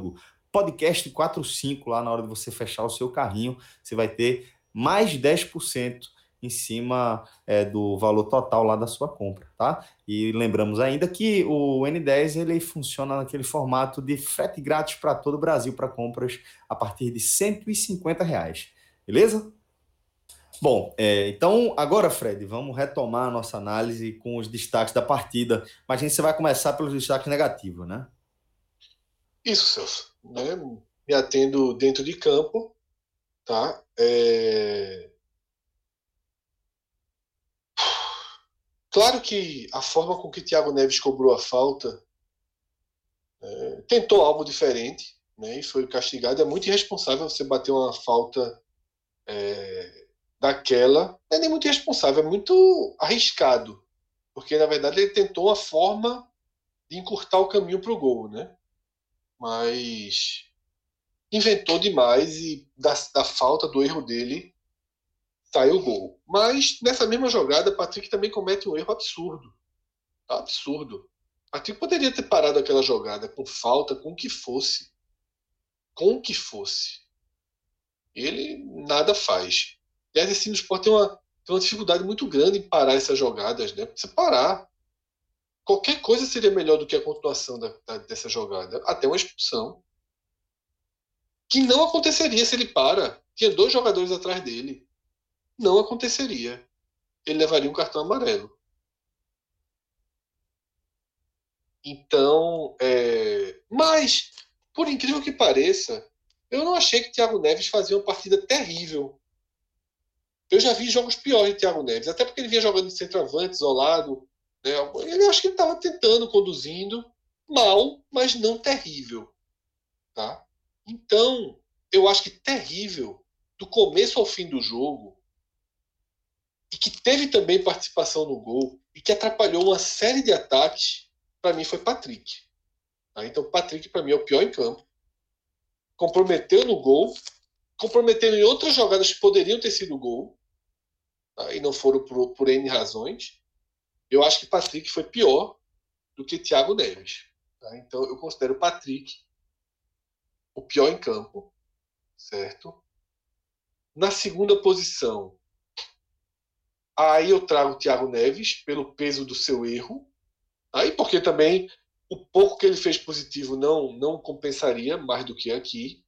podcast quarenta e cinco lá na hora de você fechar o seu carrinho. Você vai ter mais dez por cento em cima é, do valor total lá da sua compra, tá? E lembramos ainda que o N dez ele funciona naquele formato de frete grátis para todo o Brasil para compras a partir de cento e cinquenta reais, beleza? Bom, é, então agora, Fred, vamos retomar a nossa análise com os destaques da partida, mas a gente vai começar pelos destaques negativos, né? Isso, Celso. Né? Me atendo dentro de campo, tá? É... Claro que a forma com que Thiago Neves cobrou a falta é, tentou algo diferente, né? E foi castigado. É muito irresponsável você bater uma falta é, daquela. Não é nem muito irresponsável, é muito arriscado. Porque, na verdade, ele tentou uma forma de encurtar o caminho para o gol, né? Mas inventou demais e da, da falta, do erro dele, saiu o gol. Mas nessa mesma jogada, Patrick também comete um erro absurdo. Tá? Absurdo. Patrick poderia ter parado aquela jogada com falta, com o que fosse. Com o que fosse. Ele nada faz. E esse time do Sport tem uma, tem uma dificuldade muito grande em parar essas jogadas, né? Precisa parar. Qualquer coisa seria melhor do que a continuação da, da, dessa jogada. Até uma expulsão. Que não aconteceria se ele para. Tinha dois jogadores atrás dele. Não aconteceria. Ele levaria um cartão amarelo. Então, é... mas, por incrível que pareça, eu não achei que Thiago Neves fazia uma partida terrível. Eu já vi jogos piores de Thiago Neves, até porque ele vinha jogando de centroavante, isolado. Né? Eu acho que ele estava tentando, conduzindo, mal, mas não terrível. Tá? Então, eu acho que terrível, do começo ao fim do jogo, e que teve também participação no gol, e que atrapalhou uma série de ataques, para mim foi Patrick. Tá? Então, Patrick, para mim, é o pior em campo. Comprometeu no gol, comprometeu em outras jogadas que poderiam ter sido gol, tá? E não foram por, por N razões. Eu acho que Patrick foi pior do que Thiago Neves. Tá? Então, eu considero Patrick o pior em campo. Certo? Na segunda posição, aí eu trago o Thiago Neves pelo peso do seu erro. Aí porque também o pouco que ele fez positivo não, não compensaria mais do que aqui.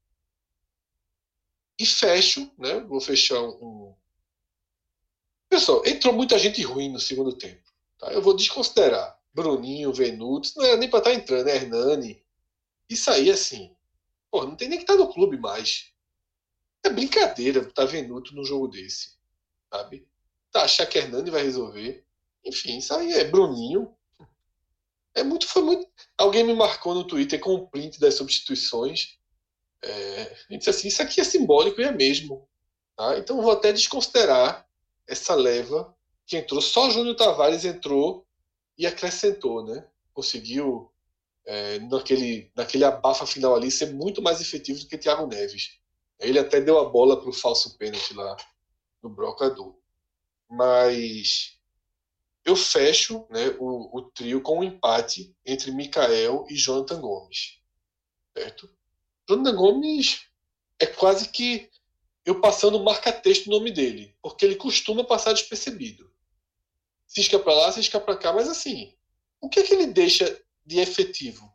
E fecho, né? Vou fechar um... Pessoal, entrou muita gente ruim no segundo tempo. Tá? Eu vou desconsiderar. Bruninho, Venuto, não era nem para estar entrando, né? Hernani. Isso aí, assim, pô, não tem nem que estar no clube mais. É brincadeira botar Venuto num jogo desse, sabe? Tá, achar que Hernani vai resolver. Enfim, isso aí é Bruninho. É muito, foi muito... Alguém me marcou no Twitter com um print das substituições. É... A gente disse assim, isso aqui é simbólico e é mesmo. Tá? Então eu vou até desconsiderar essa leva que entrou. Só Júnior Tavares entrou e acrescentou, né? Conseguiu, é, naquele, naquele abafa final ali, ser muito mais efetivo do que Thiago Neves. Ele até deu a bola para o falso pênalti lá no brocador. Mas eu fecho, né, o, o trio com um empate entre Mikael e Jonathan Gomes. Certo? Jonathan Gomes é quase que eu passando marca-texto no nome dele, porque ele costuma passar despercebido. Cisca para lá, cisca para cá, mas assim, o que é que ele deixa de efetivo?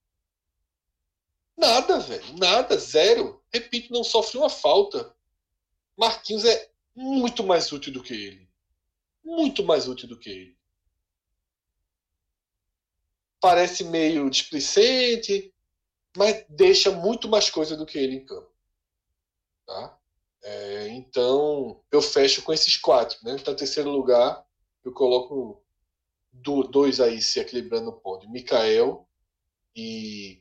Nada, velho. Nada. Zero. Repito, não sofre uma falta. Marquinhos é muito mais útil do que ele. Muito mais útil do que ele. Parece meio displicente, mas deixa muito mais coisa do que ele em campo. Tá? É, então, eu fecho com esses quatro. Né? Então, em terceiro lugar, eu coloco dois aí se equilibrando no pódio. Mikael e...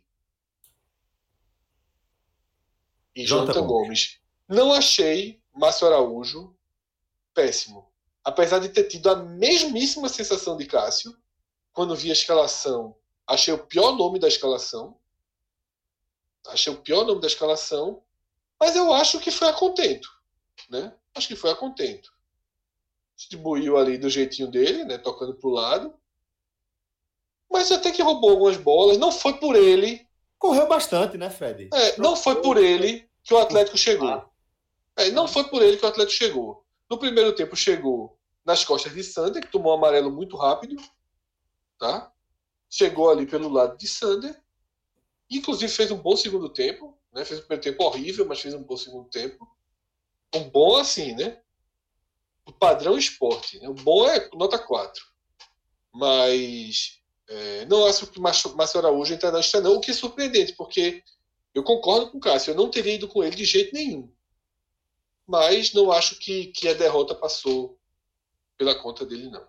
E Jonathan, Jonathan Gomes. Gomes. Não achei Márcio Araújo péssimo. Apesar de ter tido a mesmíssima sensação de Cássio, quando vi a escalação, achei o pior nome da escalação. Achei o pior nome da escalação, mas eu acho que foi a contento. Né? Acho que foi a contento. Distribuiu ali do jeitinho dele, né? Tocando para o lado. Mas até que roubou algumas bolas. Não foi por ele. Correu bastante, né, Fred? É, não foi por ele que o Atlético chegou. É, não foi por ele que o Atlético chegou. No primeiro tempo chegou nas costas de Sander, que tomou um amarelo muito rápido. Tá? Chegou ali pelo lado de Sander. Inclusive fez um bom segundo tempo. Né? Fez um primeiro tempo horrível, mas fez um bom segundo tempo. Um bom assim, né? O padrão esporte. Né? O bom é nota quatro. Mas é, não acho que o Márcio Araújo entra na lista não, o que é surpreendente, porque eu concordo com o Cássio, eu não teria ido com ele de jeito nenhum. Mas não acho que, que a derrota passou pela conta dele, não.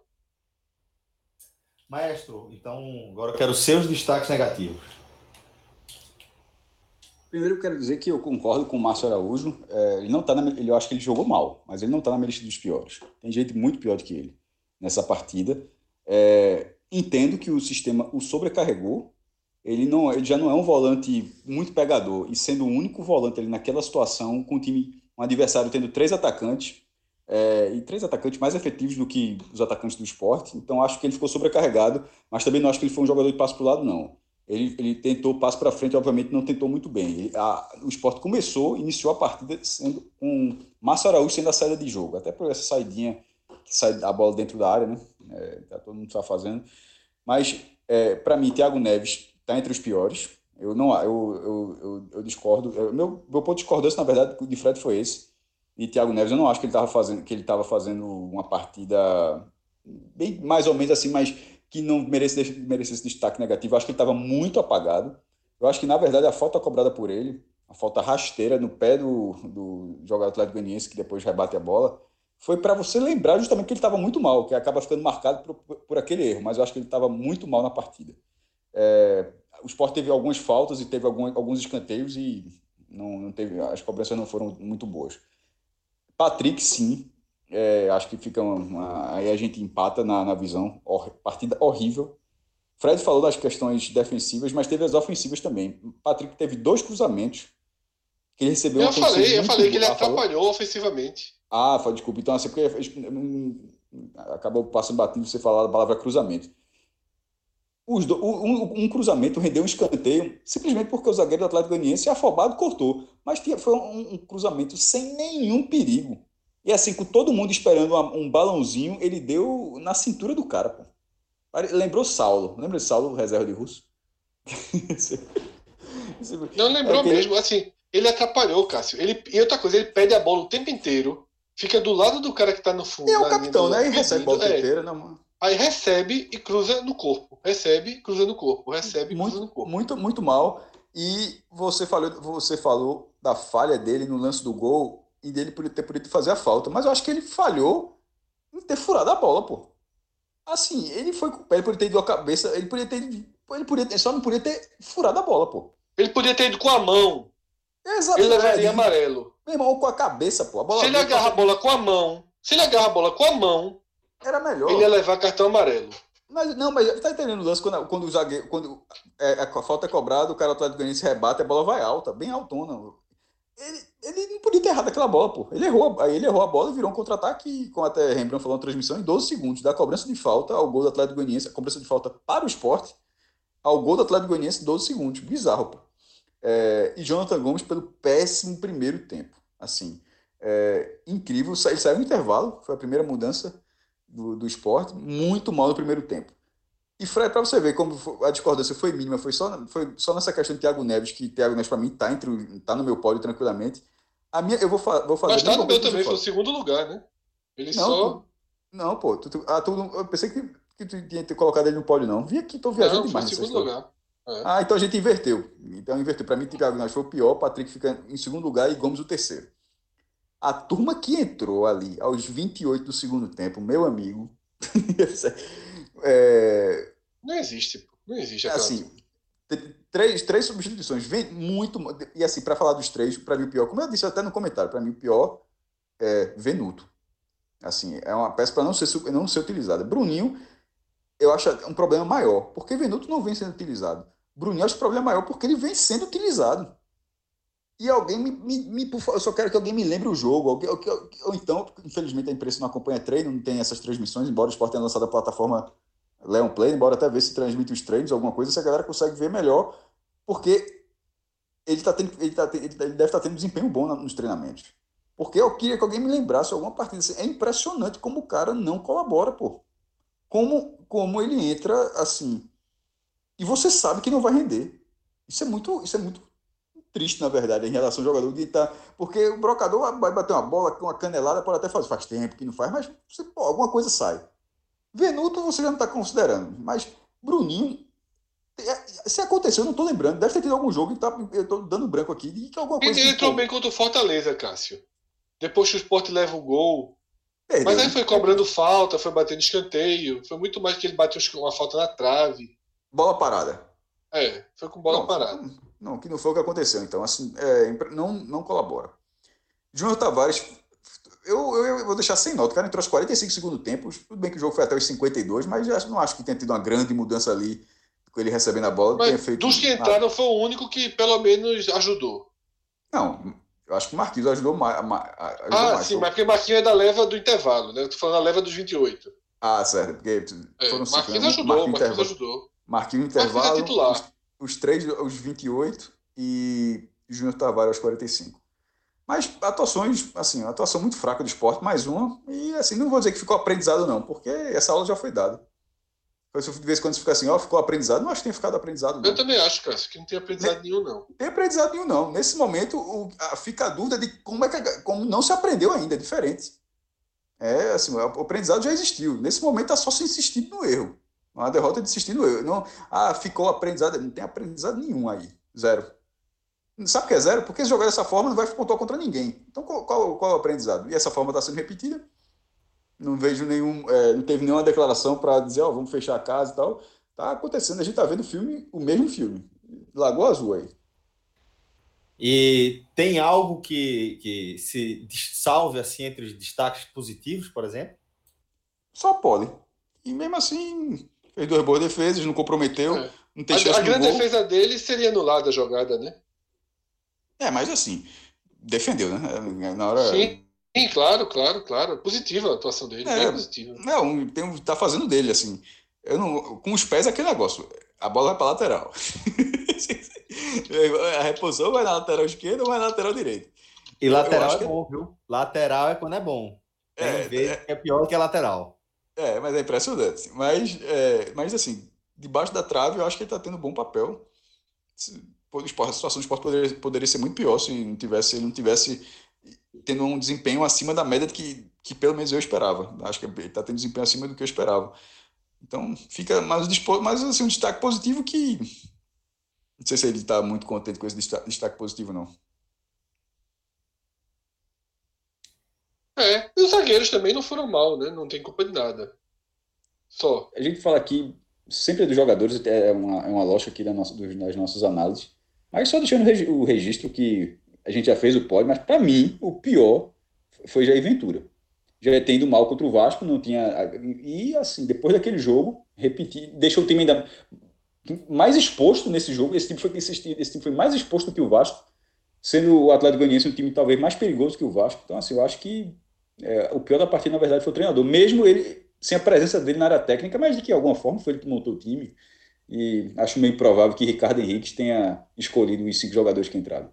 Maestro, então agora eu quero seus destaques negativos. Primeiro eu quero dizer que eu concordo com o Márcio Araújo. É, ele não tá na, ele, eu acho que ele jogou mal, mas ele não está na minha lista dos piores. Tem gente muito pior do que ele nessa partida. É, entendo que o sistema o sobrecarregou. Ele, não, ele já não é um volante muito pegador. E sendo o único volante ali naquela situação, com o time, um adversário tendo três atacantes, é, e três atacantes mais efetivos do que os atacantes do Sport. Então acho que ele ficou sobrecarregado, mas também não acho que ele foi um jogador de passo para o lado, não. Ele, ele tentou passo para frente, obviamente não tentou muito bem. Ele, a, o Sport começou, iniciou a partida sendo com Márcio Araújo sendo a saída de jogo. Até por essa saidinha que sai a bola dentro da área, né? É, tá, todo mundo está fazendo. Mas, é, para mim, Thiago Neves está entre os piores. Eu não, eu, eu, eu, eu discordo. Eu, meu, meu ponto de discordância, na verdade, de Fred foi esse. E Thiago Neves, eu não acho que ele estava fazendo, que ele estava fazendo uma partida bem mais ou menos assim, mas que não merecesse, merecesse destaque negativo. Eu acho que ele estava muito apagado. Eu acho que, na verdade, a falta cobrada por ele, a falta rasteira no pé do, do jogador Atlético Goianiense, que depois rebate a bola, foi para você lembrar justamente que ele estava muito mal, que acaba ficando marcado por, por, por aquele erro. Mas eu acho que ele estava muito mal na partida. É, o Sport teve algumas faltas e teve algum, alguns escanteios e não, não teve, as cobranças não foram muito boas. Patrick, sim. É, acho que fica uma, uma, aí a gente empata na, na visão. Hor, partida horrível. Fred falou das questões defensivas, mas teve as ofensivas também. Patrick teve dois cruzamentos que ele recebeu. Eu falei, eu falei que ele ah, atrapalhou falou? ofensivamente. Ah, foi, desculpa. Então, assim, porque acabou passando batido você falar a palavra cruzamento. Os do, um, um cruzamento rendeu um escanteio simplesmente porque o zagueiro do Atlético Goianiense, afobado, cortou. Mas tinha, foi um, um cruzamento sem nenhum perigo. E assim, com todo mundo esperando uma, um balãozinho, ele deu na cintura do cara, pô. Lembrou Saulo. Lembra de Saulo, reserva de Russo? Não lembrou é mesmo. Assim, ele atrapalhou, Cássio. Ele, e outra coisa, ele pede a bola o tempo inteiro, fica do lado do cara que tá no fundo. E é o capitão, né? E pedindo, recebe a bola é. inteira, não, mano. Aí recebe e cruza no corpo. Recebe, cruza no corpo. Recebe e muito, cruza no corpo. Muito, muito mal. E você falou, você falou da falha dele no lance do gol e dele por ter podido fazer a falta. Mas eu acho que ele falhou em ter furado a bola, pô. Assim, ele foi com o pé, ele podia ter ido a cabeça, ele podia ter, ele podia ter, só não podia ter furado a bola, pô. Ele podia ter ido com a mão. Exatamente. Ele levaria amarelo. Meu irmão, com a cabeça, pô. A bola se ele agarra a bola com a mão, se ele agarra a bola com a mão, era melhor. Ele ia levar cartão amarelo. Mas, não, mas tá entendendo o lance? Quando, quando o zagueiro, quando é, a falta é cobrada, o cara do Atlético Goianiense rebate, a bola vai alta, bem altona. Ele, ele não podia ter errado aquela bola, pô. Ele errou, aí ele errou a bola e virou um contra-ataque, como até Rembrandt falou na transmissão, em doze segundos, da cobrança de falta ao gol do Atlético Goianiense, a cobrança de falta para o Sport, ao gol do Atlético Goianiense, doze segundos. Bizarro, pô. É, e Jonathan Gomes pelo péssimo primeiro tempo. Assim, é, incrível. Ele saiu no intervalo, foi a primeira mudança do, do Sport, muito mal no primeiro tempo. E Fred, para você ver como a discordância foi mínima, foi só, foi só nessa questão de Thiago Neves, que Thiago Neves para mim está tá no meu pódio tranquilamente. A minha, eu vou, fa vou fazer... Mas tá no meu também, foi o segundo lugar, né? Ele não, só... Tu, não, pô, tu, tu, ah, tu, eu pensei que, que tu tinha ter colocado ele no pódio, não. Vi aqui, tô viajando não, demais. Foi o segundo lugar. É. Ah, então a gente inverteu. Então inverteu. Para mim, Thiago Neves foi o pior, Patrick fica em segundo lugar e Gomes o terceiro. A turma que entrou ali aos vinte e oito do segundo tempo, meu amigo... é... Não existe, pô. Não existe. Assim, três, três substituições. Vem muito... E assim, para falar dos três, para mim o pior, como eu disse até no comentário, para mim o pior é Venuto. Assim, é uma peça para não ser, não ser utilizada. Bruninho, eu acho um problema maior, porque Venuto não vem sendo utilizado. Bruninho, eu acho um problema maior porque ele vem sendo utilizado. E alguém me, me, me... Eu só quero que alguém me lembre o jogo. Ou, ou, ou então, infelizmente, a imprensa não acompanha treino, não tem essas transmissões, embora o Sport tenha lançado a plataforma Leon Play, embora até ver se transmite os treinos, alguma coisa, se a galera consegue ver melhor, porque ele, tá tendo, ele, tá, ele deve estar tendo desempenho bom nos treinamentos. Porque eu queria que alguém me lembrasse alguma partida. Assim, é impressionante como o cara não colabora, pô. Como, como ele entra assim. E você sabe que não vai render. Isso é muito, isso é muito triste, na verdade, em relação ao jogador de estar. Porque o brocador vai bater uma bola com uma canelada, pode até fazer, faz tempo que não faz, mas você, pô, alguma coisa sai. Venuto você já não está considerando. Mas Bruninho. Se aconteceu, eu não estou lembrando. Deve ter tido algum jogo, tá, eu estou dando branco aqui, de que alguma coisa. Ele que, entrou pô, bem contra o Fortaleza, Cássio. Depois que o Sport leva o gol. perdeu, Mas aí né? foi cobrando falta, foi batendo escanteio. Foi muito mais que ele bateu uma falta na trave. Bola parada. É, foi com bola Pronto. parada. Não, que não foi o que aconteceu. Então, assim, é, não, não colabora. Júnior Tavares, eu, eu, eu vou deixar sem nota. O cara entrou aos quarenta e cinco segundos tempo. Tudo bem que o jogo foi até os cinquenta e dois, mas eu não acho que tenha tido uma grande mudança ali com ele recebendo a bola. Tenha Mas feito dos que nada. entraram, foi o único que pelo menos ajudou. Não, eu acho que o Marquinhos ajudou mais. Ajudou Ah, mais. sim, mas porque Marquinhos é da leva do intervalo, né? Eu tô falando da leva dos vinte e oito. Ah, certo. Porque É, foram cinco, né? Marquinhos ajudou, Marquinhos Marquinhos intervalo. ajudou. Marquinhos Marquinhos é intervalo, os, titular. os três, os vinte e oito e Júnior Tavares aos quarenta e cinco. Mas atuações, assim, uma atuação muito fraca do Sport, mais uma. E assim, não vou dizer que ficou aprendizado, não, porque essa aula já foi dada. De vez em quando você fica assim, ó, ficou aprendizado, não acho que tenha ficado aprendizado, Eu não. também acho, Cássio, que não tem aprendizado Ne- nenhum, não. Não tem aprendizado nenhum, não. Nesse momento, o, a, fica a dúvida de como é que como não se aprendeu ainda, é diferente. É, assim, o aprendizado já existiu. Nesse momento, está só se insistindo no erro. Uma derrota de insistir no erro. Não, ah, ficou aprendizado. Não tem aprendizado nenhum aí. Zero. Sabe o que é zero? Porque se jogar dessa forma não vai pontuar contra ninguém. Então qual, qual, qual é o aprendizado? E essa forma está sendo repetida. Não vejo nenhum. É, não teve nenhuma declaração para dizer, ó, oh, vamos fechar a casa e tal. Tá acontecendo. A gente tá vendo o filme, o mesmo filme. Lagoa Azul aí. E tem algo que, que se salve assim entre os destaques positivos, por exemplo? Só pode. E mesmo assim, fez duas boas defesas, não comprometeu, É. não tem A, chance a no grande gol. defesa dele seria anulada a jogada, né? É, mas assim, defendeu, né? Na hora. Sim, sim, claro, claro, claro. Positiva a atuação dele, É, bem positiva. não, tem, um- tá fazendo dele, assim. Eu não, com os pés é aquele negócio. A bola vai pra lateral. A reposição vai na lateral esquerda ou vai na lateral direita. E Eu, eu lateral acho é que bom, viu? Lateral é quando é bom. Tem é, vezes é, que é pior que a lateral. é, mas é impressionante. Mas, é, mas assim, debaixo da trave, eu acho que ele tá tendo um bom papel. Se- pô, o esporte- A situação do esporte poderia, poderia ser muito pior se não tivesse, ele não tivesse tendo um desempenho acima da média que, que pelo menos eu esperava. Acho que ele está tendo desempenho acima do que eu esperava. Então fica mais, mais assim, um destaque positivo que. Não sei se ele está muito contente com esse destaque, destaque positivo, não. É, e os zagueiros também não foram mal, né? Não tem culpa de nada. Só. A gente fala aqui sempre dos jogadores, é uma, é uma lógica aqui da nossa, dos, das nossas análises, mas só deixando o registro que a gente já fez o pódio, mas para mim o pior foi Jair Ventura. Já tendo mal contra o Vasco, não tinha. E assim, depois daquele jogo, repetir, deixou o time ainda mais exposto nesse jogo. Esse time foi, esse, esse time foi mais exposto do que o Vasco, sendo o Atlético Goianiense um time talvez mais perigoso que o Vasco. Então, assim, eu acho que é, o pior da partida, na verdade, foi o treinador. Mesmo ele, sem a presença dele na área técnica, mas de que alguma forma foi ele que montou o time. E acho meio improvável que Ricardo Henrique tenha escolhido os cinco jogadores que entraram.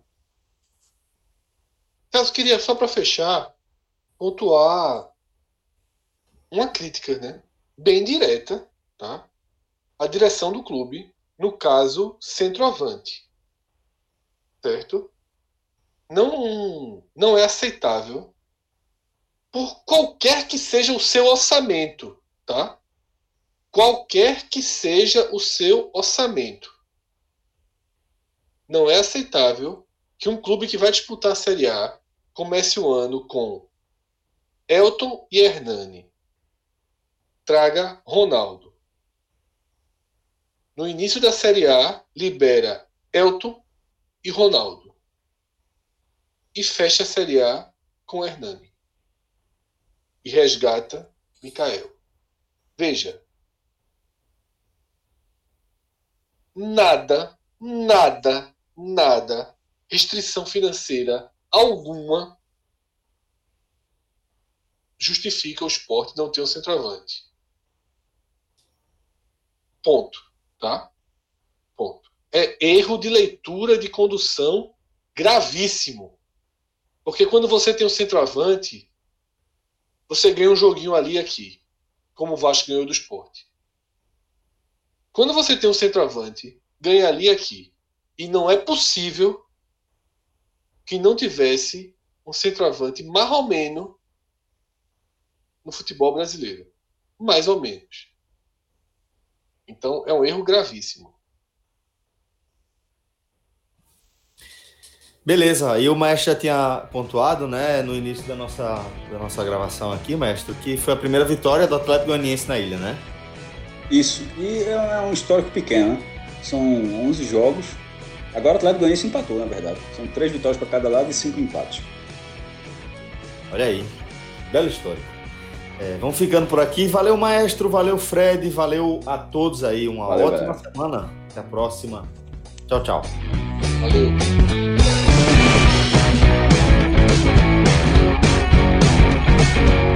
Eu queria, só para fechar, pontuar uma crítica, né? Bem direta, tá? A direção do clube, no caso, centroavante. Certo? Não, não é aceitável, por qualquer que seja o seu orçamento, tá? Qualquer que seja o seu orçamento. Não é aceitável que um clube que vai disputar a Série A comece o ano com Elton e Hernani. Traga Ronaldo. No início da Série A, libera Elton e Ronaldo. E fecha a Série A com Hernani. E resgata Mikael. Veja. Nada, nada, nada, restrição financeira alguma justifica o Sport não ter um centroavante. Ponto. Tá? Ponto. é erro de leitura de condução gravíssimo. Porque quando você tem um centroavante, você ganha um joguinho ali e aqui, como o Vasco ganhou do Sport. Quando você tem um centroavante, ganha ali e aqui, e não é possível que não tivesse um centroavante marromeno no futebol brasileiro. Mais ou menos. Então, é um erro gravíssimo. Beleza, e o Maestro já tinha pontuado, né, no início da nossa, da nossa gravação aqui, Maestro, que foi a primeira vitória do Atlético Goianiense na ilha, né? Isso, e é um histórico pequeno, né? São onze jogos. Agora o Atlético Goianiense empatou, na verdade. São três vitórias para cada lado e cinco empates. Olha aí, bela história. É, vamos ficando por aqui. Valeu, Maestro, valeu, Fred, valeu a todos aí. Uma valeu, ótima galera. Semana. Até a próxima. Tchau, tchau. Valeu. We'll be right back.